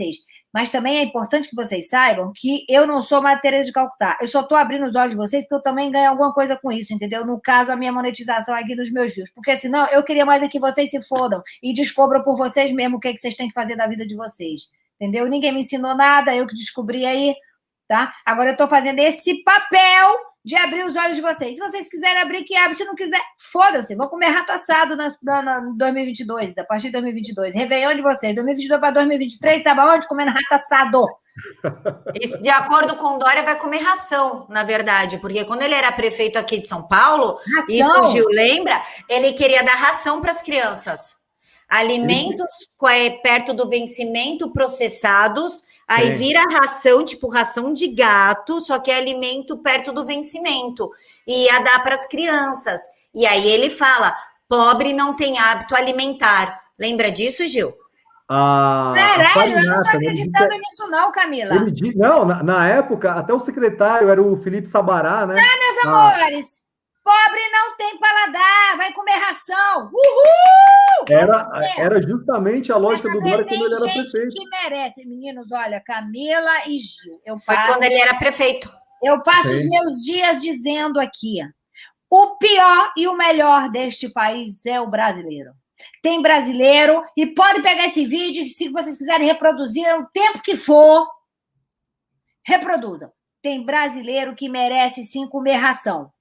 Mas também é importante que vocês saibam que eu não sou Madre Teresa de Calcutá. Eu só estou abrindo os olhos de vocês porque eu também ganho alguma coisa com isso, entendeu? No caso, a minha monetização aqui dos meus views. Porque senão eu queria mais é que vocês se fodam e descubram por vocês mesmo o que, é que vocês têm que fazer da vida de vocês. Entendeu? Ninguém me ensinou nada, eu que descobri aí, tá? Agora eu estou fazendo esse papel de abrir os olhos de vocês. Se vocês quiserem abrir, que abre. Se não quiser, foda-se. Vou comer rato assado em 2022, a partir de 2022. Réveillon de vocês. 2022 para 2023, sabe aonde? Comendo rato assado. Isso, de acordo com Dória, vai comer ração, na verdade. Porque quando ele era prefeito aqui de São Paulo, ração. Isso o Gil lembra, ele queria dar ração para as crianças. Alimentos perto do vencimento processados. Aí vira ração, tipo ração de gato, só que é alimento perto do vencimento. E ia dar para as crianças. E aí ele fala, pobre não tem hábito alimentar. Lembra disso, Gil? Caralho, eu não tô acreditando nisso não, Camila. Não, na época, até o secretário era o Felipe Sabará, né? Meus amores, pobre não tem paladar, vai comer ração. Uhul! Era justamente a lógica do Dória quando ele era prefeito. Que merece, meninos, olha, Camila e Gil. Foi quando ele era prefeito. Eu passo os meus dias dizendo aqui, o pior e o melhor deste país é o brasileiro. Tem brasileiro, e pode pegar esse vídeo, se vocês quiserem reproduzir, o tempo que for, reproduzam. Tem brasileiro que merece sim comer ração.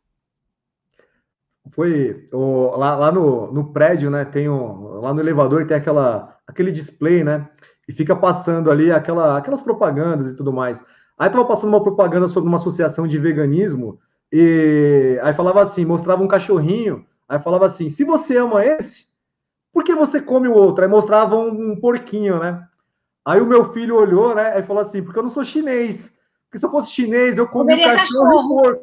Lá no prédio, né? Lá no elevador tem aquele display, né? E fica passando ali aquelas propagandas e tudo mais. Aí tava passando uma propaganda sobre uma associação de veganismo, e aí falava assim, mostrava um cachorrinho, aí falava assim, se você ama esse, por que você come o outro? Aí mostrava um porquinho, né? Aí o meu filho olhou, né? Aí falou assim, porque eu não sou chinês. Porque se eu fosse chinês, eu comia o cachorro e o porco.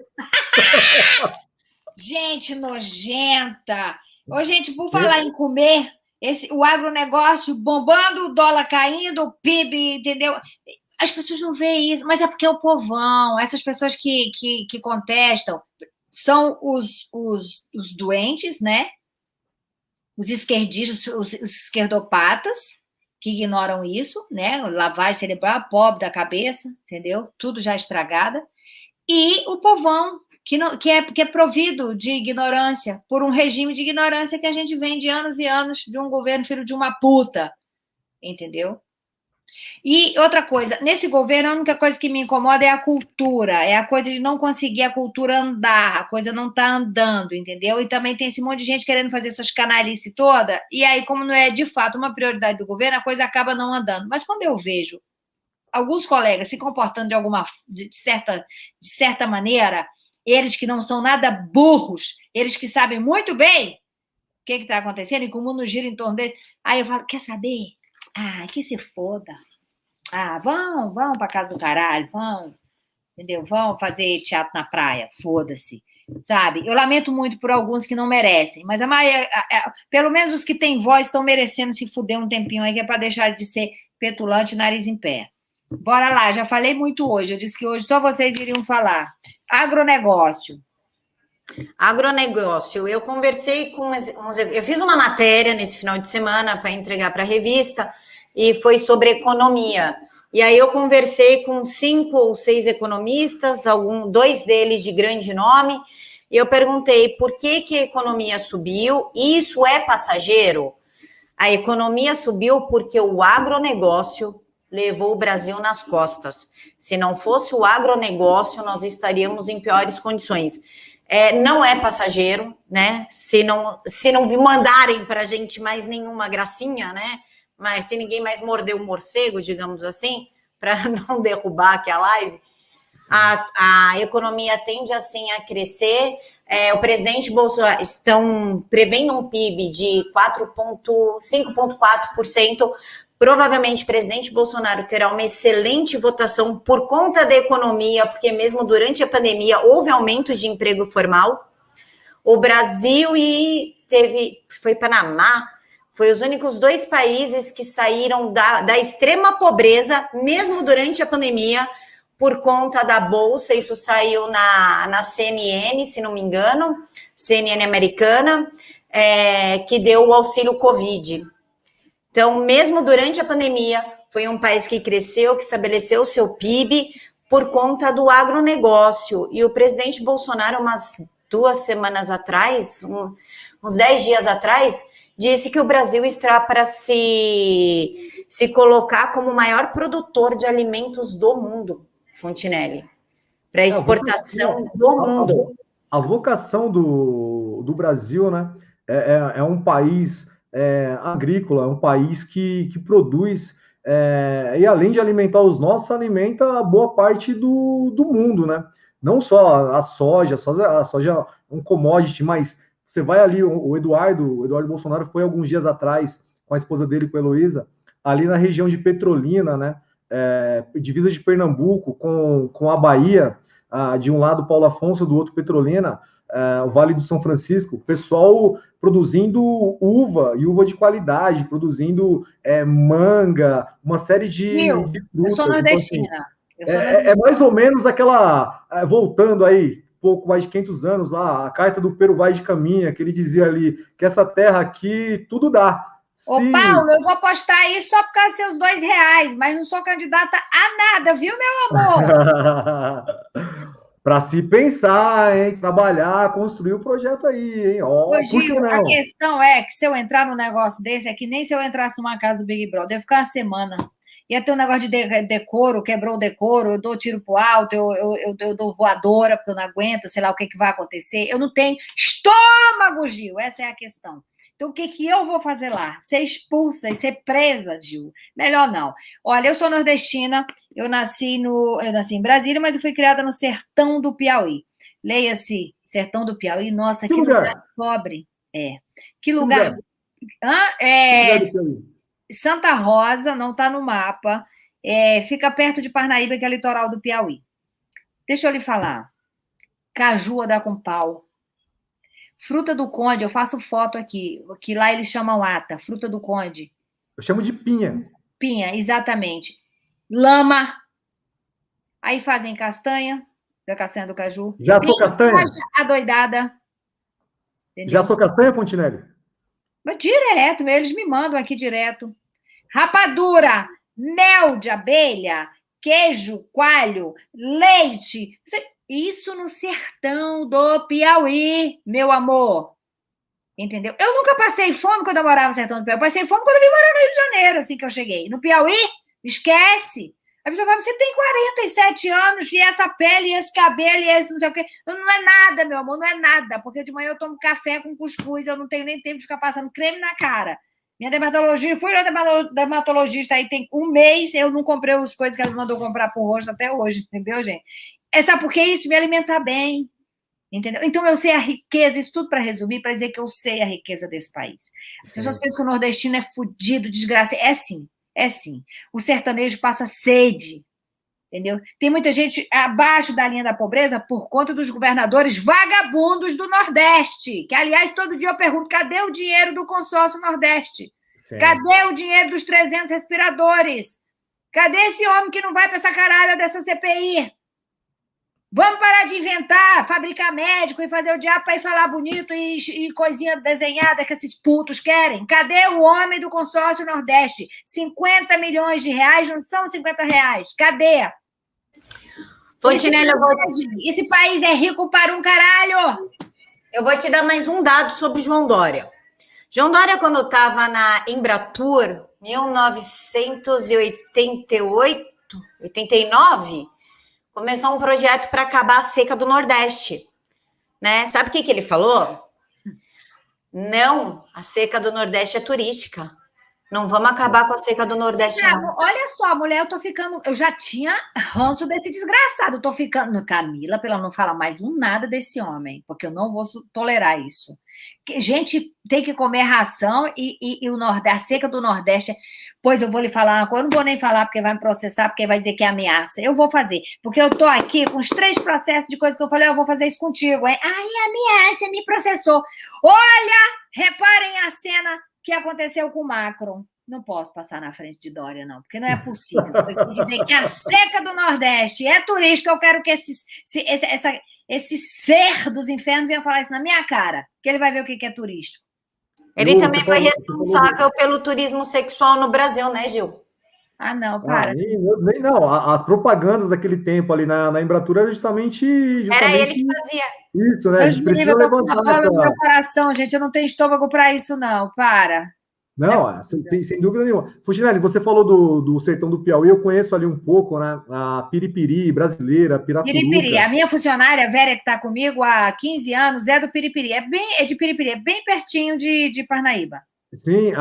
Gente nojenta. Ô, gente, por falar em comer, o agronegócio bombando, o dólar caindo, o PIB, entendeu? As pessoas não veem isso, mas é porque é o povão. Essas pessoas que contestam são os doentes, né? Os esquerdistas, os esquerdopatas, que ignoram isso, né? Lavagem cerebral, pobre da cabeça, entendeu? Tudo já estragada. E o povão, que é provido de ignorância, por um regime de ignorância que a gente vem de anos e anos, de um governo filho de uma puta, entendeu? E outra coisa, nesse governo a única coisa que me incomoda é a cultura, é a coisa de não conseguir a cultura andar, a coisa não tá andando, entendeu? E também tem esse monte de gente querendo fazer essas canalices toda, e aí como não é de fato uma prioridade do governo, a coisa acaba não andando. Mas quando eu vejo alguns colegas se comportando de certa maneira, eles que não são nada burros, eles que sabem muito bem o que está acontecendo e que o mundo gira em torno deles, aí eu falo, quer saber? Que se foda. Vão para casa do caralho, vão, entendeu? Vão fazer teatro na praia, foda-se, sabe? Eu lamento muito por alguns que não merecem, mas pelo menos os que têm voz estão merecendo se fuder um tempinho aí, que é para deixar de ser petulante, nariz em pé. Bora lá, já falei muito hoje, eu disse que hoje só vocês iriam falar. Agronegócio, eu conversei eu fiz uma matéria nesse final de semana para entregar para a revista, e foi sobre economia. E aí eu conversei com 5 ou 6 economistas, 2 deles de grande nome, e eu perguntei por que a economia subiu, e isso é passageiro? A economia subiu porque o agronegócio levou o Brasil nas costas. Se não fosse o agronegócio, nós estaríamos em piores condições. Não é passageiro, né? Se não mandarem para a gente mais nenhuma gracinha, né? Mas se ninguém mais mordeu o morcego, digamos assim, para não derrubar aqui a live, a economia tende assim a crescer. O presidente Bolsonaro estão prevendo um PIB de 5,4%. Provavelmente o presidente Bolsonaro terá uma excelente votação por conta da economia, porque mesmo durante a pandemia houve aumento de emprego formal. O Brasil foi Panamá, foi os únicos 2 países que saíram da extrema pobreza, mesmo durante a pandemia, por conta da Bolsa. Isso saiu na CNN, se não me engano, CNN americana, que deu o auxílio Covid. Então, mesmo durante a pandemia, foi um país que cresceu, que estabeleceu o seu PIB por conta do agronegócio. E o presidente Bolsonaro, umas 2 semanas atrás, uns 10 dias atrás, disse que o Brasil está para se colocar como o maior produtor de alimentos do mundo, Fontinelli, para exportação do mundo. A vocação do Brasil, né, é um país agrícola, é um país que produz, e além de alimentar os nossos, alimenta a boa parte do mundo, né? Não só a soja é um commodity, mas você vai ali, o Eduardo Bolsonaro foi alguns dias atrás com a esposa dele, com a Heloísa, ali na região de Petrolina, né? Divisa de Pernambuco com a Bahia, de um lado Paulo Afonso, do outro Petrolina, o Vale do São Francisco, o pessoal produzindo uva, e uva de qualidade, produzindo manga, uma série de frutas. Eu sou nordestina. Então, assim, é mais ou menos aquela, voltando aí, pouco mais de 500 anos lá, a carta do Pero Vaz de Caminha, que ele dizia ali, que essa terra aqui, tudo dá. Ô, Paulo, eu vou postar isso só por causa dos seus R$2, mas não sou candidata a nada, viu, meu amor? Para se pensar, hein? Trabalhar, construir o projeto aí, hein? Ô, Gil, a questão é que se eu entrar num negócio desse, é que nem se eu entrasse numa casa do Big Brother, eu ia ficar uma semana. Ia ter um negócio de decoro, quebrou o decoro, eu dou tiro pro alto, eu dou voadora, porque eu não aguento, sei lá o que vai acontecer. Eu não tenho estômago, Gil, essa é a questão. Então, o que eu vou fazer lá? Ser expulsa e ser presa, Gil? Melhor não. Olha, eu sou nordestina, eu nasci em Brasília, mas eu fui criada no sertão do Piauí. Leia-se, sertão do Piauí. Nossa, que lugar pobre. Que lugar? Santa Rosa, não está no mapa. Fica perto de Parnaíba, que é litoral do Piauí. Deixa eu lhe falar. Caju dá com pau. Fruta do Conde, eu faço foto aqui, que lá eles chamam ata, fruta do Conde. Eu chamo de pinha. Pinha, exatamente. Lama. Aí fazem castanha, da castanha do caju. Já sou castanha? Adoidada. Entendeu? Já sou castanha, Fontinelli? Direto, eles me mandam aqui direto. Rapadura, mel de abelha, queijo, coalho, leite... Isso no sertão do Piauí, meu amor. Entendeu? Eu nunca passei fome quando eu morava no sertão do Piauí. Eu passei fome quando eu vim morar no Rio de Janeiro, assim que eu cheguei. No Piauí, esquece. A pessoa fala, você tem 47 anos, e essa pele, e esse cabelo, e esse não sei o quê. Não é nada, meu amor, não é nada. Porque de manhã eu tomo café com cuscuz, eu não tenho nem tempo de ficar passando creme na cara. Minha dermatologia, fui na dermatologista aí tem 1 mês, eu não comprei as coisas que ela mandou comprar pro rosto até hoje, entendeu, gente? Sabe por que isso? Me alimentar bem, entendeu? Então, eu sei a riqueza, isso tudo para resumir, para dizer que eu sei a riqueza desse país. As pessoas pensam que o nordestino é fudido, desgraça. É sim. O sertanejo passa sede, entendeu? Tem muita gente abaixo da linha da pobreza por conta dos governadores vagabundos do Nordeste, que, aliás, todo dia eu pergunto, cadê o dinheiro do consórcio Nordeste? Sim. Cadê o dinheiro dos 300 respiradores? Cadê esse homem que não vai para essa caralha dessa CPI? Vamos parar de inventar, fabricar médico e fazer o diabo para ir falar bonito e coisinha desenhada que esses putos querem. Cadê o homem do consórcio Nordeste? 50 milhões de reais não são 50 reais. Cadê? Fontinelli, esse país é rico para um caralho. Eu vou te dar mais um dado sobre João Dória. João Dória, quando estava na Embratur, 1988, 89... começou um projeto para acabar a seca do Nordeste, né? Sabe o que ele falou? Não, a seca do Nordeste é turística. Não vamos acabar com a seca do Nordeste, não. Olha só, mulher, eu já tinha ranço desse desgraçado. Eu tô ficando... Camila, pela não falar mais nada desse homem, porque eu não vou tolerar isso. Gente, tem que comer ração e a seca do Nordeste... Pois eu vou lhe falar uma coisa, eu não vou nem falar porque vai me processar, porque vai dizer que é ameaça. Eu vou fazer, porque eu tô aqui com os 3 processos de coisas que eu falei, eu vou fazer isso contigo, hein? Ai, ameaça, me processou. Olha, reparem a cena que aconteceu com o Macron. Não posso passar na frente de Dória, não, porque não é possível. Eu vou dizer que a seca do Nordeste é turística, eu quero que esse ser dos infernos venha falar isso na minha cara, que ele vai ver o que é turístico. Ele também foi responsável pelo turismo sexual no Brasil, né, Gil? Ah, não, para. Nem não. As propagandas daquele tempo ali na Embratur era justamente Era ele que fazia. isso, né? A Deus gente me livre, precisa eu tô com uma levantar bola essa. no meu coração, gente. Eu não tenho estômago para isso, não. Para. Não é Não, sem dúvida nenhuma. Fuginelli, você falou do sertão do Piauí, eu conheço ali um pouco, né? A Piripiri brasileira, Piripiri. Piraturuca. A minha funcionária, a Vera, que está comigo há 15 anos, é do Piripiri. É de Piripiri, é bem pertinho de Parnaíba. Sim,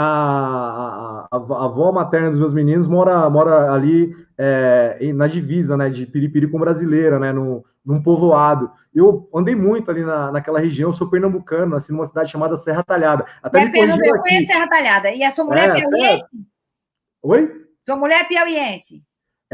a avó materna dos meus meninos mora ali na divisa, né, de Piripiri com brasileira, né, num povoado. Eu andei muito ali naquela região, eu sou pernambucano, nasci numa cidade chamada Serra Talhada. Até me corrigiram Eu aqui. conheço Serra Talhada. E a sua mulher é Até... piauiense? Oi? Sua mulher é piauiense?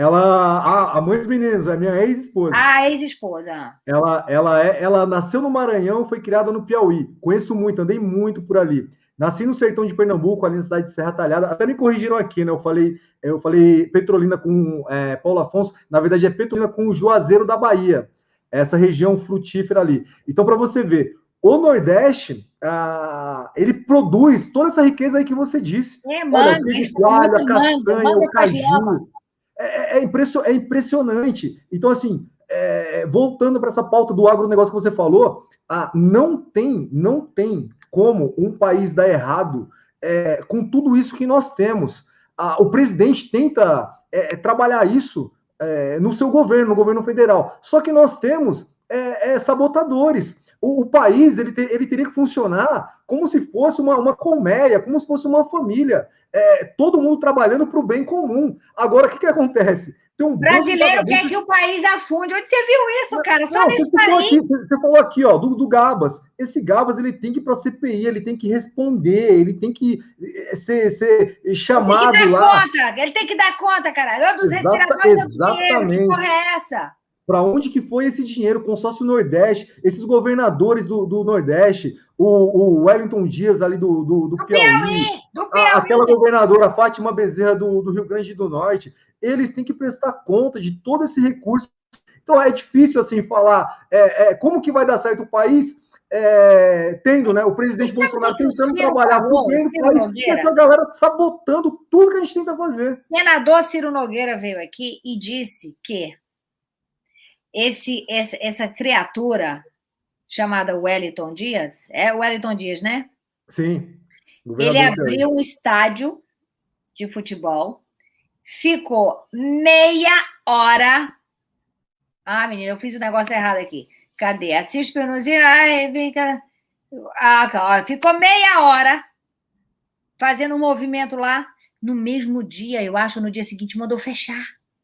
A mãe dos meninos, é minha ex-esposa. A ex-esposa. Ela nasceu no Maranhão, foi criada no Piauí. Conheço muito, andei muito por ali. Nasci no sertão de Pernambuco, ali na cidade de Serra Talhada. Até me corrigiram aqui, né? Eu falei Petrolina com Paulo Afonso. Na verdade, é Petrolina com o Juazeiro da Bahia. Essa região frutífera ali. Então, para você ver, o Nordeste, ele produz toda essa riqueza aí que você disse. Manga, Olha, o queijo coalho, a castanha, manga o caju. É impressionante. Então, assim, voltando para essa pauta do agronegócio que você falou, não tem como um país dar errado com tudo isso que nós temos. O presidente tenta trabalhar isso no seu governo, no governo federal. Só que nós temos sabotadores. O país ele teria que funcionar como se fosse uma colmeia, como se fosse uma família. Todo mundo trabalhando para o bem comum. Agora, o que acontece? O brasileiro quer que o país afunde. Onde você viu isso, cara? Só não, nesse país. Você falou aqui, ó, do Gabas. Esse Gabas, ele tem que ir para a CPI, ele tem que responder, ele tem que ser chamado ele tem que dar lá. Conta. Ele tem que dar conta, caralho. Dos respiradores do dinheiro. Que porra é essa? Para onde que foi esse dinheiro? Consórcio Nordeste, esses governadores do Nordeste, o Wellington Dias ali do Piauí, aquela governadora Fátima Bezerra do Rio Grande do Norte, eles têm que prestar conta de todo esse recurso. Então é difícil assim falar como que vai dar certo o país tendo, né, o presidente Bolsonaro tentando trabalhar para o bem do país e essa galera sabotando tudo que a gente tenta fazer. O senador Ciro Nogueira veio aqui e disse que essa criatura chamada Wellington Dias, é o Wellington Dias, né? Sim. Ele abriu um estádio de futebol, ficou meia hora. Menina, eu fiz o negócio errado aqui. Cadê? Assiste Penuzinho. Vem cá. Ficou meia hora fazendo um movimento lá. No mesmo dia, eu acho, no dia seguinte, mandou fechar.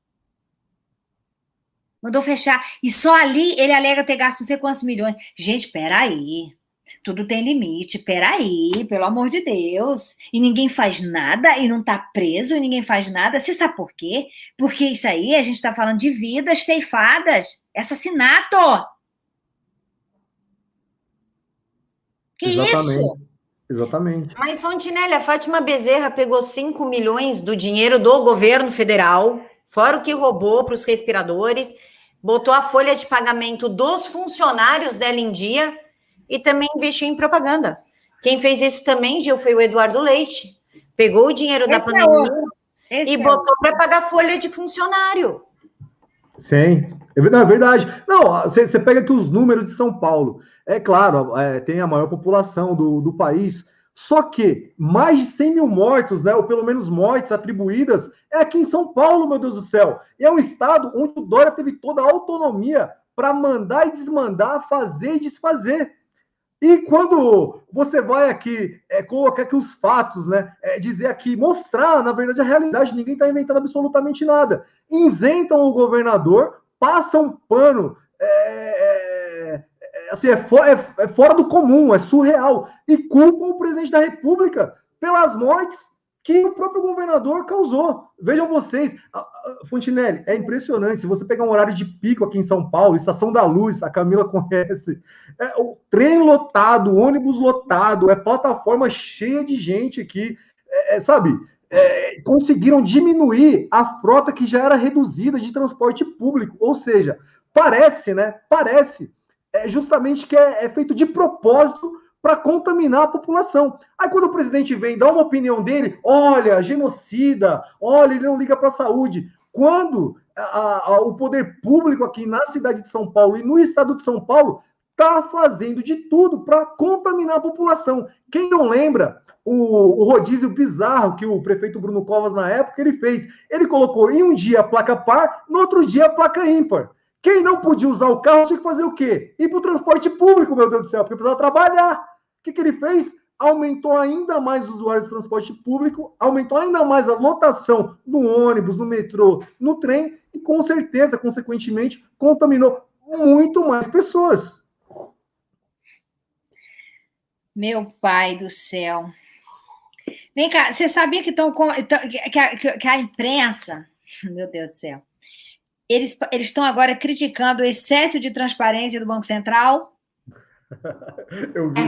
E só ali ele alega ter gasto não sei quantos milhões. Gente, peraí. Tudo tem limite. Peraí, pelo amor de Deus. E ninguém faz nada, e não tá preso, e ninguém faz nada. Você sabe por quê? Porque isso aí, a gente tá falando de vidas ceifadas. Assassinato. Que isso? Exatamente. Mas, Fontinelli, a Fátima Bezerra pegou 5 milhões do dinheiro do governo federal, fora o que roubou para os respiradores, botou a folha de pagamento dos funcionários dela em dia e também investiu em propaganda. Quem fez isso também, Gil, foi o Eduardo Leite. Pegou o dinheiro da pandemia e botou para pagar folha de funcionário. Sim, é verdade. Não, você pega aqui os números de São Paulo. É claro, tem a maior população do país, só que mais de 100 mil mortos, né, ou pelo menos mortes atribuídas, é aqui em São Paulo, meu Deus do céu. E é um estado onde o Dória teve toda a autonomia para mandar e desmandar, fazer e desfazer. E quando você vai aqui colocar aqui os fatos, né, dizer aqui, mostrar, na verdade, a realidade, ninguém está inventando absolutamente nada. Isentam o governador, passam pano, assim, é fora do comum, é surreal. E culpam o presidente da República pelas mortes que o próprio governador causou. Vejam vocês, Fontinelli, é impressionante. Se você pegar um horário de pico aqui em São Paulo, Estação da Luz, a Camila conhece, o trem lotado, ônibus lotado, plataforma cheia de gente aqui, sabe? Conseguiram diminuir a frota que já era reduzida de transporte público. Ou seja, parece, né? Parece justamente que é feito de propósito para contaminar a população. Aí quando o presidente vem dar uma opinião dele, olha, genocida, olha, ele não liga para a saúde. Quando o poder público aqui na cidade de São Paulo e no estado de São Paulo está fazendo de tudo para contaminar a população. Quem não lembra o rodízio bizarro que o prefeito Bruno Covas, na época, ele fez? Ele colocou em um dia a placa par, no outro dia a placa ímpar. Quem não podia usar o carro tinha que fazer o quê? Ir para o transporte público, meu Deus do céu, porque precisava trabalhar. O que ele fez? Aumentou ainda mais os usuários de transporte público, aumentou ainda mais a lotação no ônibus, no metrô, no trem, e com certeza, consequentemente, contaminou muito mais pessoas. Meu pai do céu. Vem cá, você sabia que a imprensa, meu Deus do céu, eles estão agora criticando o excesso de transparência do Banco Central? Eu vi.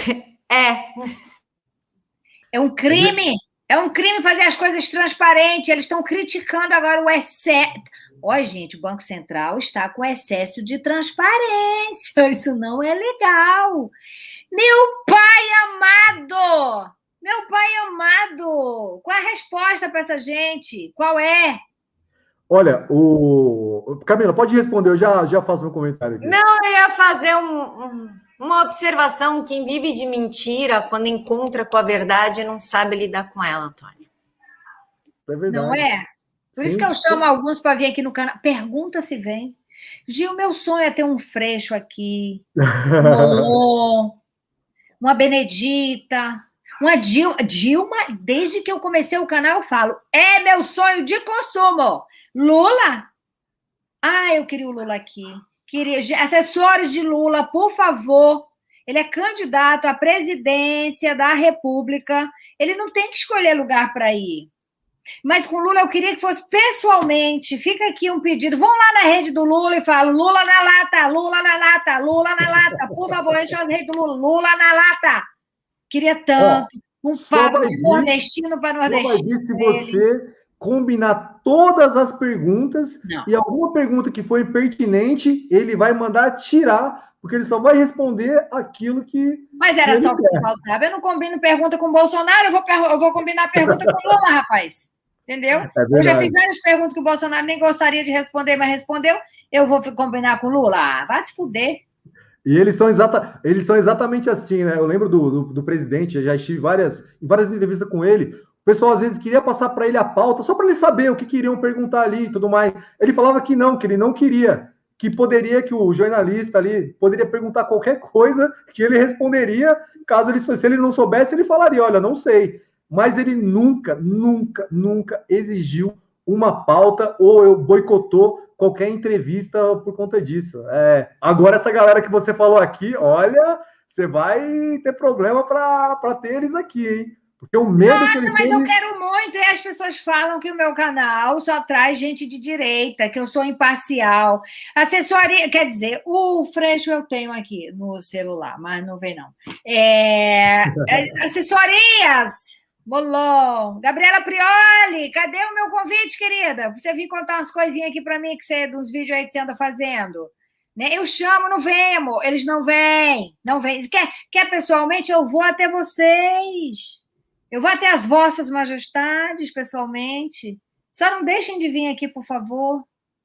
É um crime. É um crime fazer as coisas transparentes. Eles estão criticando agora o excesso. Olha, gente, o Banco Central está com excesso de transparência. Isso não é legal. Meu pai amado! Meu pai amado! Qual é a resposta para essa gente? Qual é? Olha, Camila, pode responder, eu já faço meu comentário aqui. Não, eu ia fazer uma observação. Quem vive de mentira, quando encontra com a verdade, não sabe lidar com ela, Antônia. É verdade. Não é? Por isso que eu chamo alguns para vir aqui no canal. Pergunta se vem. Gil, meu sonho é ter um Freixo aqui. Uma Benedita. Uma Dilma, desde que eu comecei o canal, eu falo, é meu sonho de consumo. Lula? Eu queria o Lula aqui. Queria assessores de Lula, por favor. Ele é candidato à presidência da República. Ele não tem que escolher lugar para ir. Mas com o Lula eu queria que fosse pessoalmente. Fica aqui um pedido. Vão lá na rede do Lula e falam Lula na lata, Lula na lata, Lula na lata. Por favor, enche a rede do Lula. Lula na lata. Queria tanto. Um papo de nordestino para nordestino. Se você combinar todas as perguntas e alguma pergunta que for impertinente, ele vai mandar tirar, porque ele só vai responder aquilo que... Mas era só o que faltava. Eu não combino pergunta com o Bolsonaro, eu vou combinar pergunta com o Lula, rapaz. Entendeu? Eu já fiz várias perguntas que o Bolsonaro nem gostaria de responder, mas respondeu. Eu vou combinar com o Lula? Vai se fuder. E eles são exatamente assim, né? Eu lembro do presidente, eu já estive em várias entrevistas com ele. O pessoal às vezes queria passar para ele a pauta, só para ele saber o que queriam perguntar ali e tudo mais. Ele falava que ele não queria, que o jornalista ali poderia perguntar qualquer coisa que ele responderia, se ele não soubesse, ele falaria, olha, não sei. Mas ele nunca exigiu uma pauta ou boicotou qualquer entrevista por conta disso. Agora, essa galera que você falou aqui, olha, você vai ter problema para ter eles aqui, hein? Porque o medo que eles mas eu quero muito. E as pessoas falam que o meu canal só traz gente de direita, que eu sou imparcial. Assessoria, quer dizer, o Freixo eu tenho aqui no celular, mas não vem, não. Assessorias! Molon. Gabriela Prioli, cadê o meu convite, querida? Você vir contar umas coisinhas aqui para mim, dos vídeos aí que você anda fazendo. Né? Eu chamo, não vemos. Eles não vêm. Não vêm. Quer pessoalmente? Eu vou até vocês. Eu vou até as vossas majestades, pessoalmente. Só não deixem de vir aqui, por favor.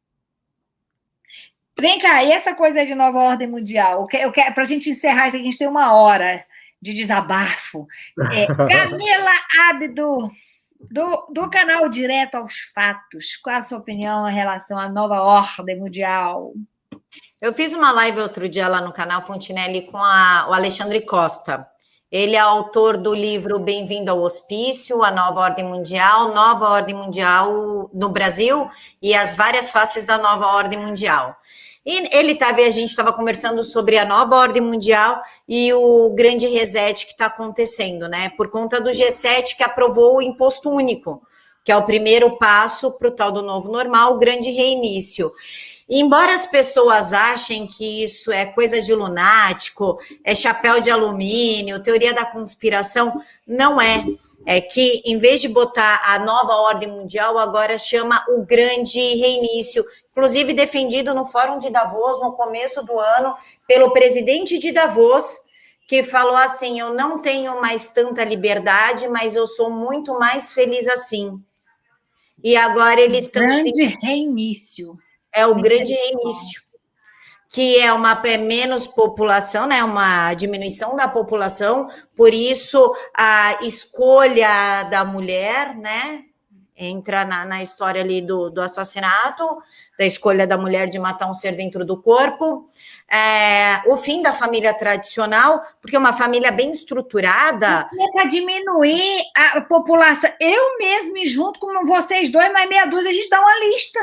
Vem cá, e essa coisa aí de nova ordem mundial? Para a gente encerrar isso aqui, a gente tem 1 hora de desabafo. Camila Abdo, do canal Direto aos Fatos. Qual a sua opinião em relação à nova ordem mundial? Eu fiz uma live outro dia lá no canal Fontinelli com o Alexandre Costa. Ele é autor do livro Bem-vindo ao Hospício, a Nova Ordem Mundial no Brasil e as várias faces da Nova Ordem Mundial. E a gente estava conversando sobre a Nova Ordem Mundial e o grande reset que está acontecendo, né? Por conta do G7 que aprovou o imposto único, que é o primeiro passo para o tal do novo normal, o grande reinício. E embora as pessoas achem que isso é coisa de lunático, é chapéu de alumínio, teoria da conspiração, não é. É que, em vez de botar a nova ordem mundial, agora chama o grande reinício, inclusive defendido no Fórum de Davos, no começo do ano, pelo presidente de Davos, que falou assim: eu não tenho mais tanta liberdade, mas eu sou muito mais feliz assim. E agora eles estão... Grande reinício. É o grande reinício, que é uma menos população, né? Uma diminuição da população, por isso a escolha da mulher, né? Entra na história ali do assassinato, da escolha da mulher de matar um ser dentro do corpo, o fim da família tradicional, porque uma família bem estruturada... É para diminuir a população. Eu mesmo, junto com vocês dois, mais meia dúzia, a gente dá uma lista.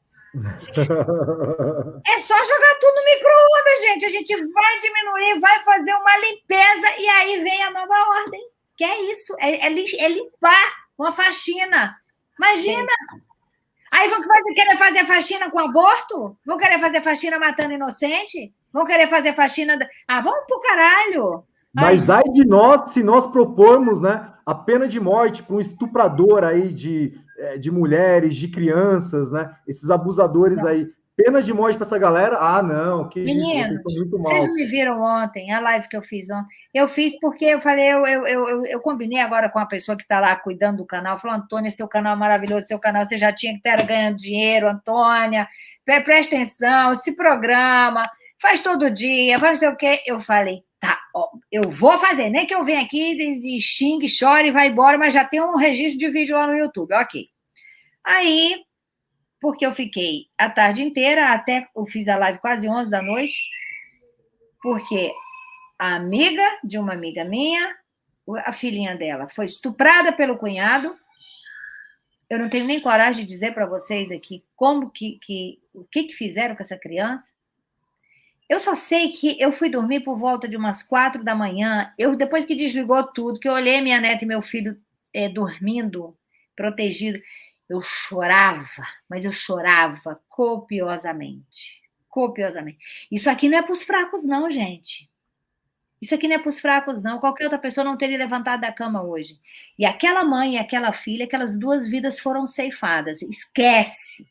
É só jogar tudo no micro-ondas, gente. A gente vai diminuir, vai fazer uma limpeza e aí vem a nova ordem. Que é isso, é limpar uma faxina. Imagina! Sim. Aí vão querer fazer faxina com aborto? Vão querer fazer faxina matando inocente? Vão querer fazer faxina... vamos pro caralho! Mas ai de nós, se nós propormos, né, a pena de morte para um estuprador aí de mulheres, de crianças, né? Esses abusadores aí, pena de morte para essa galera? Não, que Meninos, isso, vocês são muito maus. Vocês não me viram ontem, a live que eu fiz ontem. Eu fiz porque eu falei, eu combinei agora com a pessoa que está lá cuidando do canal, falou, Antônia, seu canal é maravilhoso, seu canal você já tinha que estar ganhando dinheiro, Antônia, presta atenção, se programa, faz todo dia, faz não sei o quê. Eu falei, tá, ó, eu vou fazer, nem que eu venha aqui de xingue, chore e vá embora, mas já tem um registro de vídeo lá no YouTube, ok. Aí, porque eu fiquei a tarde inteira, até eu fiz a live quase 11 da noite, porque a amiga de uma amiga minha, a filhinha dela, foi estuprada pelo cunhado. Eu não tenho nem coragem de dizer para vocês aqui o que fizeram com essa criança. Eu só sei que eu fui dormir por volta de umas 4 da manhã, depois que desligou tudo, que eu olhei minha neta e meu filho dormindo, protegido, eu chorava, mas eu chorava copiosamente. Copiosamente. Isso aqui não é para os fracos, não, gente. Isso aqui não é para os fracos, não. Qualquer outra pessoa não teria levantado da cama hoje. E aquela mãe e aquela filha, aquelas duas vidas foram ceifadas. Esquece.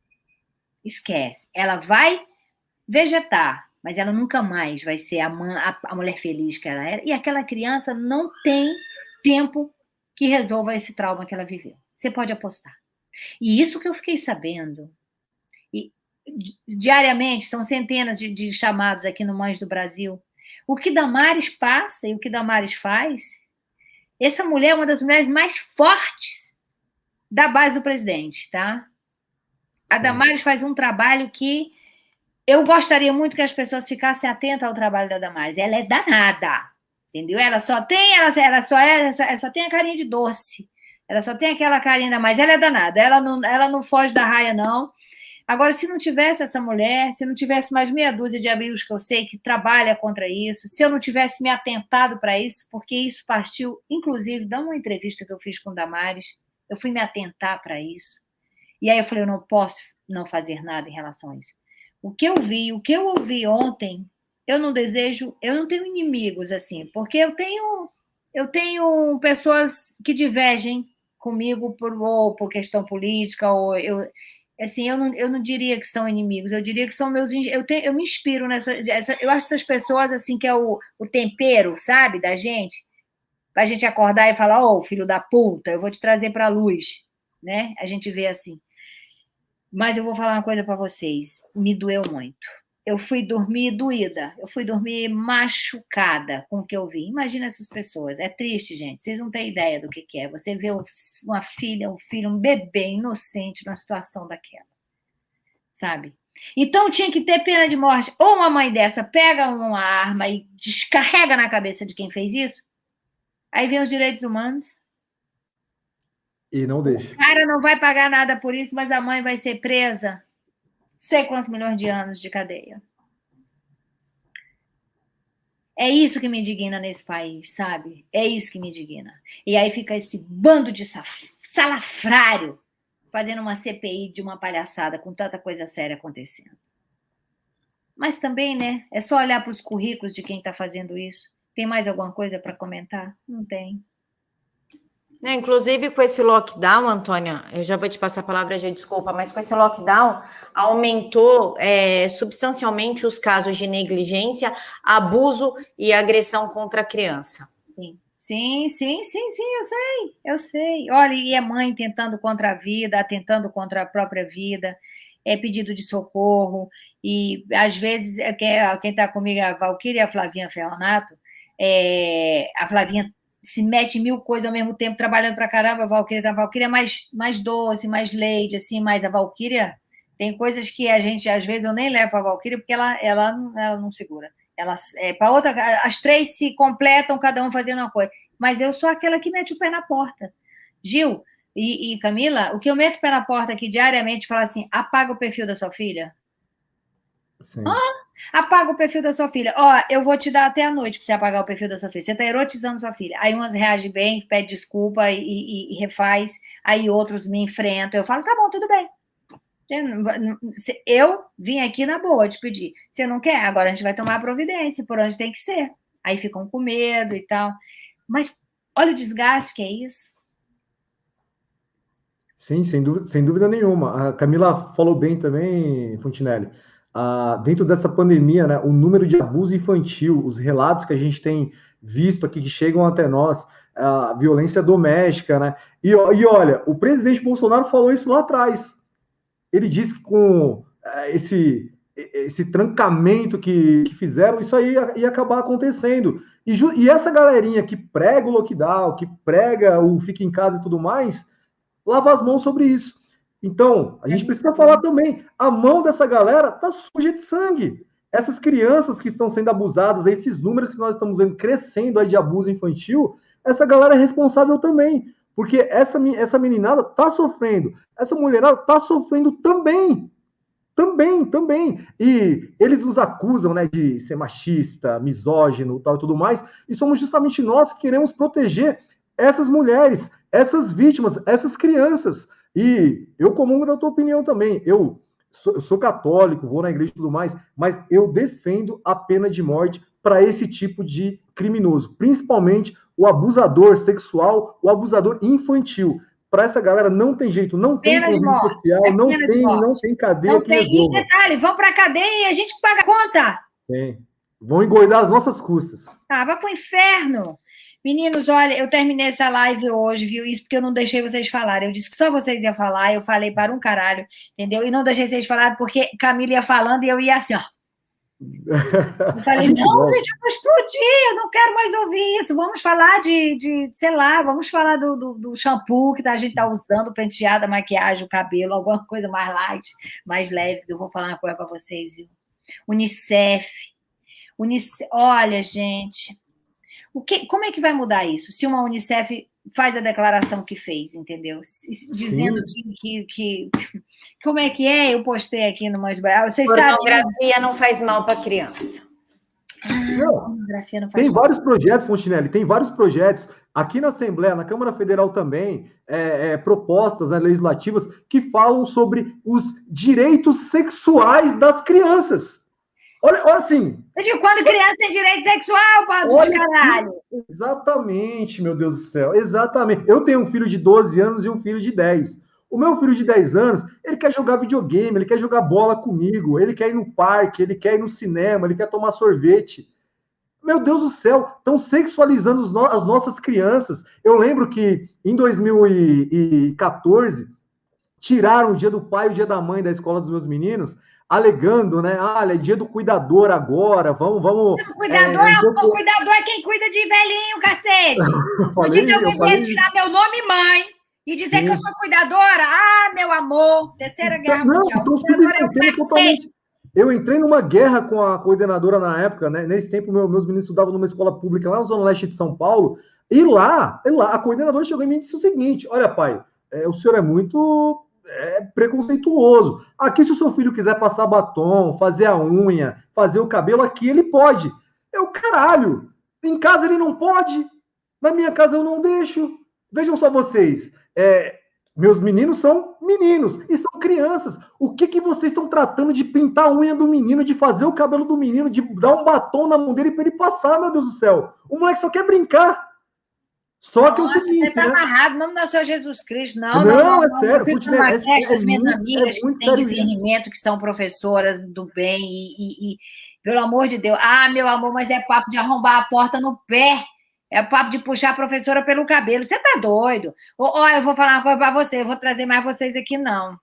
Esquece. Ela vai vegetar, mas ela nunca mais vai ser a mulher feliz que ela era. E aquela criança não tem tempo que resolva esse trauma que ela viveu. Você pode apostar. E isso que eu fiquei sabendo. E, diariamente, são centenas de chamados aqui no Mães do Brasil. O que Damares passa e o que Damares faz, essa mulher é uma das mulheres mais fortes da base do presidente, tá? A Damares faz um trabalho que eu gostaria muito que as pessoas ficassem atentas ao trabalho da Damares. Ela é danada, entendeu? Ela só tem a carinha de doce. Ela só tem aquela carinha, mas ela é danada. Ela não foge da raia, não. Agora, se não tivesse essa mulher, se não tivesse mais meia dúzia de amigos que eu sei que trabalha contra isso, se eu não tivesse me atentado para isso, porque isso partiu, inclusive, de uma entrevista que eu fiz com Damares, eu fui me atentar para isso. E aí eu falei, eu não posso não fazer nada em relação a isso. O que eu vi, o que eu ouvi ontem, eu não tenho inimigos, assim, porque eu tenho pessoas que divergem comigo por questão política, ou eu não diria que são inimigos, eu diria que são meus... Eu me inspiro eu acho essas pessoas, assim, que é o tempero, sabe, da gente, pra gente acordar e falar, filho da puta, eu vou te trazer pra luz, né? A gente vê assim. Mas eu vou falar uma coisa para vocês, me doeu muito. Eu fui dormir doída, eu fui dormir machucada com o que eu vi. Imagina essas pessoas, é triste, gente, vocês não têm ideia do que é. Você vê uma filha, um filho, um bebê inocente numa situação daquela, sabe? Então tinha que ter pena de morte. Ou uma mãe dessa pega uma arma e descarrega na cabeça de quem fez isso, aí vem os direitos humanos. E não deixa. O cara não vai pagar nada por isso, mas a mãe vai ser presa. Sei quantos milhões de anos de cadeia. É isso que me indigna nesse país, sabe? É isso que me indigna. E aí fica esse bando de salafrário fazendo uma CPI de uma palhaçada com tanta coisa séria acontecendo. Mas também, né? É só olhar para os currículos de quem está fazendo isso. Tem mais alguma coisa para comentar? Não tem. Não, inclusive, com esse lockdown, Antônia, eu já vou te passar a palavra, já desculpa, mas com esse lockdown aumentou substancialmente os casos de negligência, abuso e agressão contra a criança. Sim, eu sei. Olha, e é mãe tentando contra a vida, atentando contra a própria vida, é pedido de socorro, e às vezes quem está comigo é a Valquíria e a Flavinha Ferronato, a Flavinha se mete em mil coisas ao mesmo tempo, trabalhando pra caramba. A Valquíria é mais doce, mais leite, assim, mas a Valquíria tem coisas que a gente, às vezes, eu nem levo a Valquíria porque ela não segura. Ela para outra, as três se completam, cada um fazendo uma coisa. Mas eu sou aquela que mete o pé na porta. Gil e Camila, o que eu meto o pé na porta aqui diariamente, fala assim: apaga o perfil da sua filha. Sim. Apaga o perfil da sua filha. Eu vou te dar até a noite para você apagar o perfil da sua filha. Você está erotizando sua filha. Aí umas reagem bem, pede desculpa e refaz. Aí outros me enfrentam. Eu falo, tá bom, tudo bem. Eu vim aqui na boa te pedir. Você não quer? Agora a gente vai tomar a providência por onde tem que ser. Aí ficam com medo e tal. Mas olha o desgaste que é isso. Sim, sem dúvida nenhuma. A Camila falou bem também, Fontinelli. Dentro dessa pandemia, né, o número de abuso infantil, os relatos que a gente tem visto aqui, que chegam até nós, a violência doméstica, né? E olha, o presidente Bolsonaro falou isso lá atrás. Ele disse que com esse trancamento que fizeram, isso aí ia acabar acontecendo. E essa galerinha que prega o lockdown, que prega o fica em casa e tudo mais, lava as mãos sobre isso. Então, a gente precisa falar também, a mão dessa galera está suja de sangue. Essas crianças que estão sendo abusadas, esses números que nós estamos vendo crescendo aí de abuso infantil, essa galera é responsável também, porque essa meninada está sofrendo, essa mulherada está sofrendo também. Também. E eles nos acusam, né, de ser machista, misógino, tal e tudo mais, e somos justamente nós que queremos proteger essas mulheres, essas vítimas, essas crianças. E eu comungo da tua opinião também. Eu sou católico, vou na igreja e tudo mais, mas eu defendo a pena de morte para esse tipo de criminoso, principalmente o abusador sexual, o abusador infantil. Para essa galera não tem jeito, não tem convívio social, não tem cadeia que resolva. E detalhe, vão para a cadeia e a gente paga a conta. Tem. Vão engordar as nossas custas. Vai para o inferno. Meninos, olha, eu terminei essa live hoje, viu? Isso porque eu não deixei vocês falarem. Eu disse que só vocês iam falar, eu falei para um caralho, entendeu? E não deixei vocês falarem porque Camila ia falando e eu ia assim, ó. Eu falei, não, gente, eu vou explodir, eu não quero mais ouvir isso. Vamos falar sei lá, vamos falar do shampoo que a gente tá usando, penteado, a maquiagem, o cabelo, alguma coisa mais light, mais leve. Eu vou falar uma coisa para vocês, viu? Unicef. Olha, gente... Como é que vai mudar isso? Se uma Unicef faz a declaração que fez, entendeu? Dizendo que como é que é? Eu postei aqui no Mais Vocês pornografia não faz mal para criança. Pornografia não faz tem mal. Vários projetos, Fontinelli, tem vários projetos. Aqui na Assembleia, na Câmara Federal também, propostas, né, legislativas que falam sobre os direitos sexuais das crianças. Olha assim. Eu digo, quando criança tem direito sexual, pau de caralho. Exatamente, meu Deus do céu. Exatamente. Eu tenho um filho de 12 anos e um filho de 10. O meu filho de 10 anos, ele quer jogar videogame, ele quer jogar bola comigo, ele quer ir no parque, ele quer ir no cinema, ele quer tomar sorvete. Meu Deus do céu, estão sexualizando as nossas crianças. Eu lembro que em 2014, tiraram o dia do pai e o dia da mãe da escola dos meus meninos, alegando, né? É dia do cuidador agora, vamos... O cuidador é quem cuida de velhinho, cacete. No dia que alguém vier tirar meu nome, mãe, e dizer que eu sou cuidadora, meu amor, Terceira Guerra Mundial. Totalmente. Eu entrei numa guerra com a coordenadora na época, né? Nesse tempo, meus meninos estudavam numa escola pública lá na Zona Leste de São Paulo, e lá a coordenadora chegou em mim e disse o seguinte: olha, pai, o senhor é muito... preconceituoso. Aqui, se o seu filho quiser passar batom, fazer a unha, fazer o cabelo, aqui ele pode. Caralho, em casa ele não pode, na minha casa eu não deixo. Vejam só vocês, meus meninos são meninos e são crianças. O que vocês estão tratando de pintar a unha do menino, de fazer o cabelo do menino, de dar um batom na mão dele para ele passar, meu Deus do céu? O moleque só quer brincar. Só que é o Nossa, seguinte, você está né? amarrado, em nome do Senhor Jesus Cristo. Não, É sério. Eu fico numa creche das minhas amigas que têm discernimento, que são professoras do bem pelo amor de Deus. Ah, meu amor, mas é papo de arrombar a porta no pé. É papo de puxar a professora pelo cabelo. Você tá doido? Ó, eu vou falar uma coisa para você, eu vou trazer mais vocês aqui, não.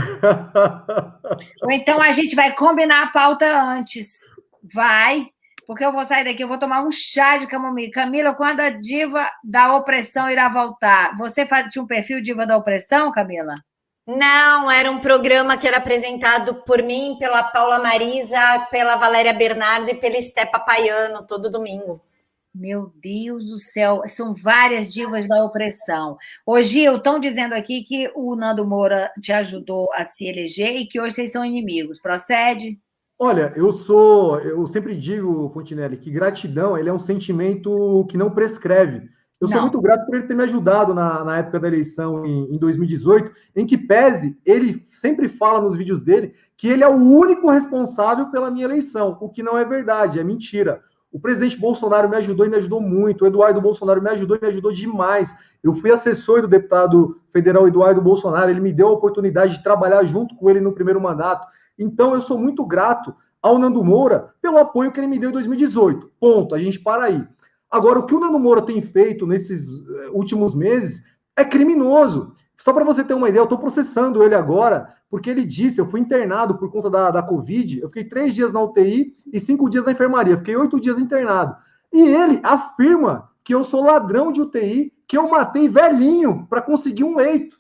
Ou então a gente vai combinar a pauta antes. Vai. Porque eu vou sair daqui, eu vou tomar um chá de camomila. Camila, quando a diva da opressão irá voltar? Você tinha um perfil diva da opressão, Camila? Não, era um programa que era apresentado por mim, pela Paula Marisa, pela Valéria Bernardo e pela Esté Papaiano, todo domingo. Meu Deus do céu, são várias divas da opressão. Ô, Gil, estão dizendo aqui que o Nando Moura te ajudou a se eleger e que hoje vocês são inimigos. Procede? Olha, eu sempre digo, Fontinelli, que gratidão, ele é um sentimento que não prescreve. Eu sou muito grato por ele ter me ajudado na época da eleição em 2018, em que pese, ele sempre fala nos vídeos dele que ele é o único responsável pela minha eleição, o que não é verdade, é mentira. O presidente Bolsonaro me ajudou e me ajudou muito, o Eduardo Bolsonaro me ajudou e me ajudou demais. Eu fui assessor do deputado federal Eduardo Bolsonaro, ele me deu a oportunidade de trabalhar junto com ele no primeiro mandato. Então, eu sou muito grato ao Nando Moura pelo apoio que ele me deu em 2018. Ponto, a gente para aí. Agora, o que o Nando Moura tem feito nesses últimos meses é criminoso. Só para você ter uma ideia, eu estou processando ele agora, porque ele disse, eu fui internado por conta da Covid, eu fiquei 3 dias na UTI e 5 dias na enfermaria, fiquei 8 dias internado. E ele afirma que eu sou ladrão de UTI, que eu matei velhinho para conseguir um leito.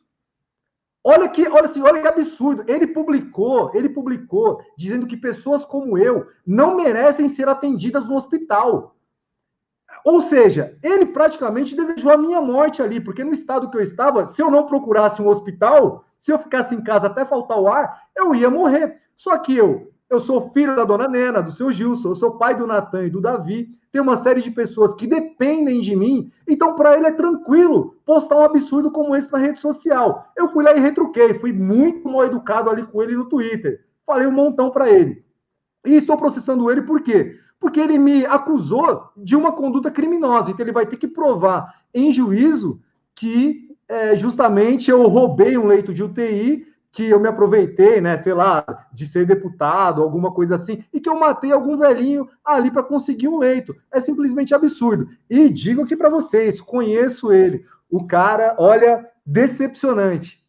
Olha que absurdo. Ele publicou dizendo que pessoas como eu não merecem ser atendidas no hospital. Ou seja, ele praticamente desejou a minha morte ali, porque no estado que eu estava, se eu não procurasse um hospital, se eu ficasse em casa até faltar o ar, eu ia morrer. Só que eu sou filho da dona Nena, do seu Gilson, eu sou pai do Natan e do Davi, tem uma série de pessoas que dependem de mim, então para ele é tranquilo postar um absurdo como esse na rede social. Eu fui lá e retruquei, fui muito mal educado ali com ele no Twitter, falei um montão para ele. E estou processando ele por quê? Porque ele me acusou de uma conduta criminosa, então ele vai ter que provar em juízo que justamente eu roubei um leito de UTI, que eu me aproveitei, né, sei lá, de ser deputado, alguma coisa assim, e que eu matei algum velhinho ali para conseguir um leito. É simplesmente absurdo. E digo aqui para vocês, conheço ele. O cara, olha, decepcionante.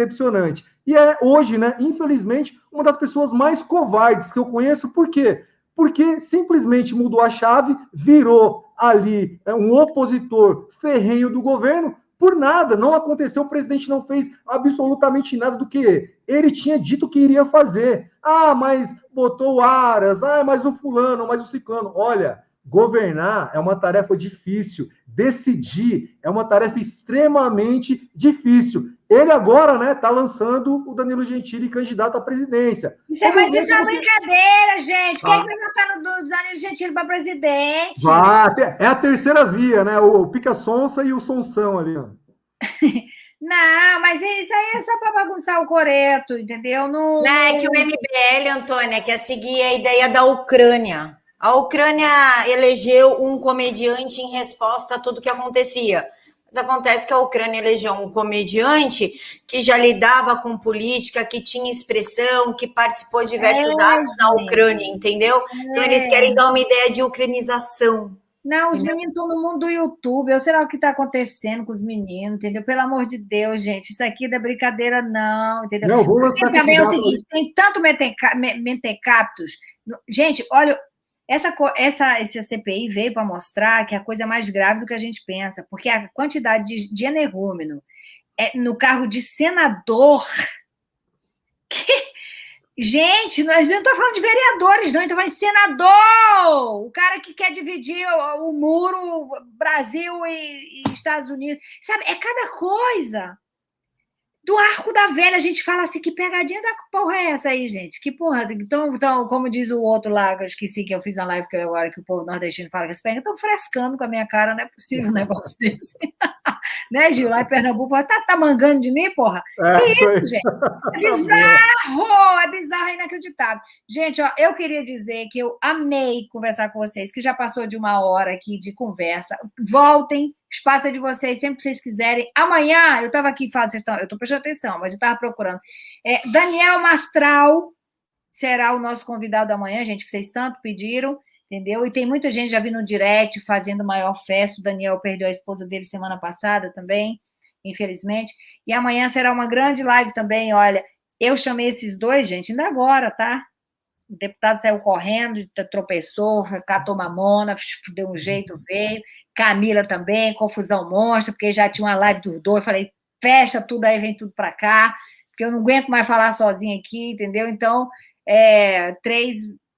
E é hoje, né, infelizmente, uma das pessoas mais covardes que eu conheço. Por quê? Porque simplesmente mudou a chave, virou ali um opositor ferrenho do governo. Por nada, não aconteceu, o presidente não fez absolutamente nada do que ele tinha dito que iria fazer. Ah, mas botou o Aras, mas o fulano, mas o ciclano. Olha, governar é uma tarefa difícil, decidir é uma tarefa extremamente difícil. Ele agora, né, tá lançando o Danilo Gentili candidato à presidência. Isso é uma brincadeira, gente. Quem vai votar no Danilo Gentili para presidente? É a terceira via, né? O Pica Sonsa e o Sonsão ali, ó. Não, mas isso aí é só para bagunçar o coreto, entendeu? Não, é que o MBL, Antônia, quer seguir a ideia da Ucrânia. A Ucrânia elegeu um comediante em resposta a tudo que acontecia. Mas acontece que a Ucrânia elegeu um comediante que já lidava com política, que tinha expressão, que participou de diversos atos na Ucrânia, entendeu? Então eles querem dar uma ideia de ucranização. Não, os meninos estão no mundo do YouTube. Eu sei lá o que está acontecendo com os meninos, entendeu? Pelo amor de Deus, gente, isso aqui não é brincadeira, não, entendeu? Não, porque também é o seguinte, tem tanto mentecaptos. Gente, olha, essa CPI veio para mostrar que a coisa é mais grave do que a gente pensa, porque a quantidade de energúmeno no cargo de senador... Gente, nós não estamos falando de vereadores, não, estamos falando de senador, o cara que quer dividir o muro Brasil e Estados Unidos. Sabe, é cada coisa. Do Arco da Velha, a gente fala assim, que pegadinha da porra é essa aí, gente? Que porra? Então, como diz o outro lá, que eu esqueci que eu fiz uma live agora, que o povo nordestino fala que as pegas estão frescando com a minha cara, não é possível um negócio desse. Né, Gil? Lá em Pernambuco, tá mangando de mim, porra? Que isso, gente? É bizarro, é inacreditável. Gente, ó, eu queria dizer que eu amei conversar com vocês, que já passou de 1 hora aqui de conversa. Voltem, espaço é de vocês, sempre que vocês quiserem. Amanhã, eu estava aqui falando, eu estou prestando atenção, mas eu estava procurando. Daniel Mastral será o nosso convidado amanhã, gente, que vocês tanto pediram, entendeu? E tem muita gente já vindo no direct, fazendo maior festa. O Daniel perdeu a esposa dele semana passada também, infelizmente. E amanhã será uma grande live também, olha. Eu chamei esses dois, gente, ainda agora, tá? O deputado saiu correndo, tropeçou, catou mamona, deu um jeito, veio. Camila também, confusão monstra, porque já tinha uma live dos dois. Falei, fecha tudo aí, vem tudo para cá, porque eu não aguento mais falar sozinha aqui, entendeu? Então, 3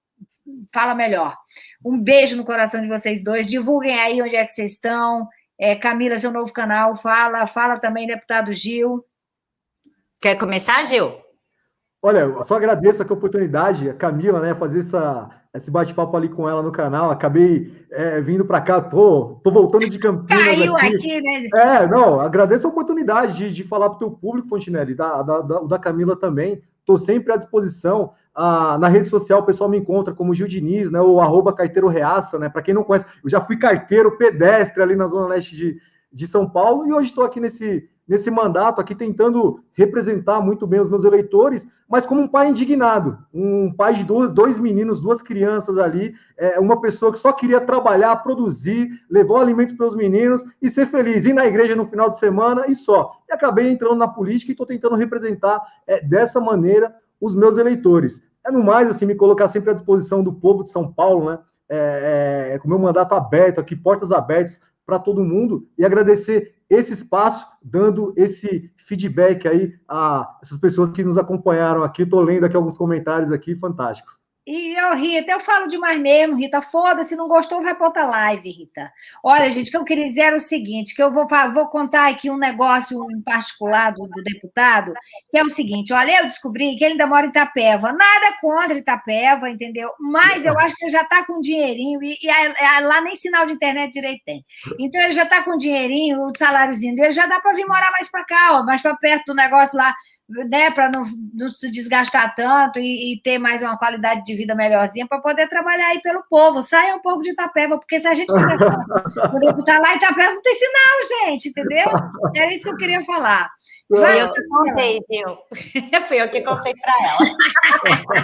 fala melhor. Um beijo no coração de vocês dois. Divulguem aí onde é que vocês estão. Camila, seu novo canal, fala também, deputado Gil. Quer começar, Gil? Olha, eu só agradeço aqui a oportunidade, a Camila, né, fazer esse bate-papo ali com ela no canal. Acabei vindo para cá, tô voltando de Campinas. Caiu aqui, né? Não, agradeço a oportunidade de falar para o teu público, Fontinelli, da Camila também. Estou sempre à disposição. Na rede social o pessoal me encontra como Gil Diniz, né, ou @carteiro reaça, né? Para quem não conhece, eu já fui carteiro pedestre ali na Zona Leste de São Paulo, e hoje estou aqui nesse mandato aqui tentando representar muito bem os meus eleitores, mas como um pai indignado, um pai de dois meninos, 2 crianças ali, uma pessoa que só queria trabalhar, produzir, levar o alimento para os meninos e ser feliz, ir na igreja no final de semana e só. E acabei entrando na política e estou tentando representar dessa maneira os meus eleitores. No mais, assim, me colocar sempre à disposição do povo de São Paulo, né? Com o meu mandato aberto aqui, portas abertas para todo mundo, e agradecer esse espaço, dando esse feedback aí a essas pessoas que nos acompanharam aqui. Estou lendo aqui alguns comentários aqui, fantásticos. E, Rita, eu falo demais mesmo, Rita, foda-se, não gostou, vai para outra live, Rita. Olha, gente, o que eu queria dizer era o seguinte, que eu vou contar aqui um negócio em particular do deputado, que é o seguinte, olha, eu descobri que ele ainda mora em Itapeva, nada contra Itapeva, entendeu? Mas eu acho que ele já está com dinheirinho, e lá nem sinal de internet direito tem. Então, ele já está com dinheirinho, o saláriozinho dele, já dá para vir morar mais para cá, ó, mais para perto do negócio lá, né, para não se desgastar tanto e ter mais uma qualidade de vida melhorzinha para poder trabalhar aí pelo povo. Saia um pouco de Itapeva, porque se a gente quiser poder botar lá em Itapeva, não tem sinal, gente, entendeu? Era isso que eu queria falar. Foi eu que contei, Gil. Fui eu que contei para ela.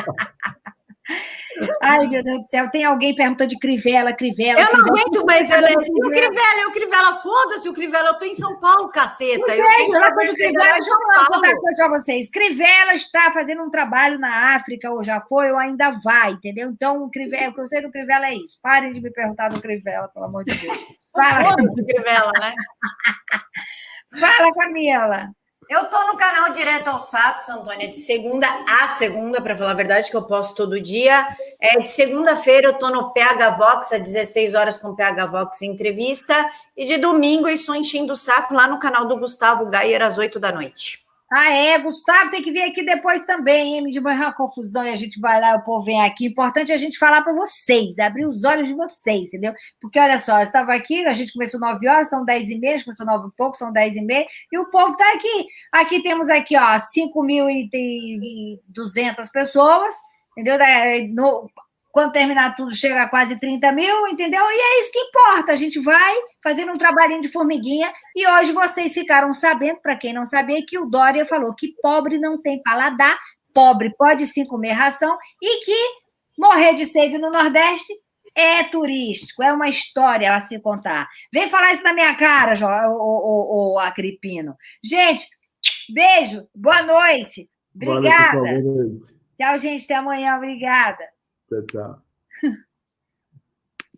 Ai, meu Deus do céu, tem alguém perguntando de Crivella. Eu não aguento mais o Crivella, foda-se o Crivella, eu tô em São Paulo, caceta. Deixa eu contar uma coisa para vocês. Crivella está fazendo um trabalho na África, ou já foi, ou ainda vai, entendeu? Então, o que eu sei do Crivella é isso. Parem de me perguntar do Crivella, pelo amor de Deus. Fala, Crivella, né? Fala, Camila. Eu tô no canal Direto aos Fatos, Antônia, de segunda a segunda, para falar a verdade, que eu posto todo dia. De segunda-feira eu tô no PH Vox, às 16 horas com PH Vox Entrevista, e de domingo eu estou enchendo o saco lá no canal do Gustavo Gayer, às 8 da noite. Gustavo tem que vir aqui depois também, hein? Me deu uma confusão e a gente vai lá, o povo vem aqui. Importante é a gente falar para vocês, abrir os olhos de vocês, entendeu? Porque, olha só, eu estava aqui, a gente começou 9 horas, são 10h30, a gente começou 9 e pouco, são 10h30, e o povo está aqui. Aqui temos aqui, ó, 5.200 pessoas, entendeu? Quando terminar tudo, chega a quase 30 mil, entendeu? E é isso que importa. A gente vai fazendo um trabalhinho de formiguinha. E hoje vocês ficaram sabendo, para quem não sabia, que o Dória falou que pobre não tem paladar, pobre pode sim comer ração, e que morrer de sede no Nordeste é turístico, é uma história a se contar. Vem falar isso na minha cara, o Agripino. Gente, beijo, boa noite. Obrigada. Boa noite. Tchau, gente. Até amanhã. Obrigada. Tchau.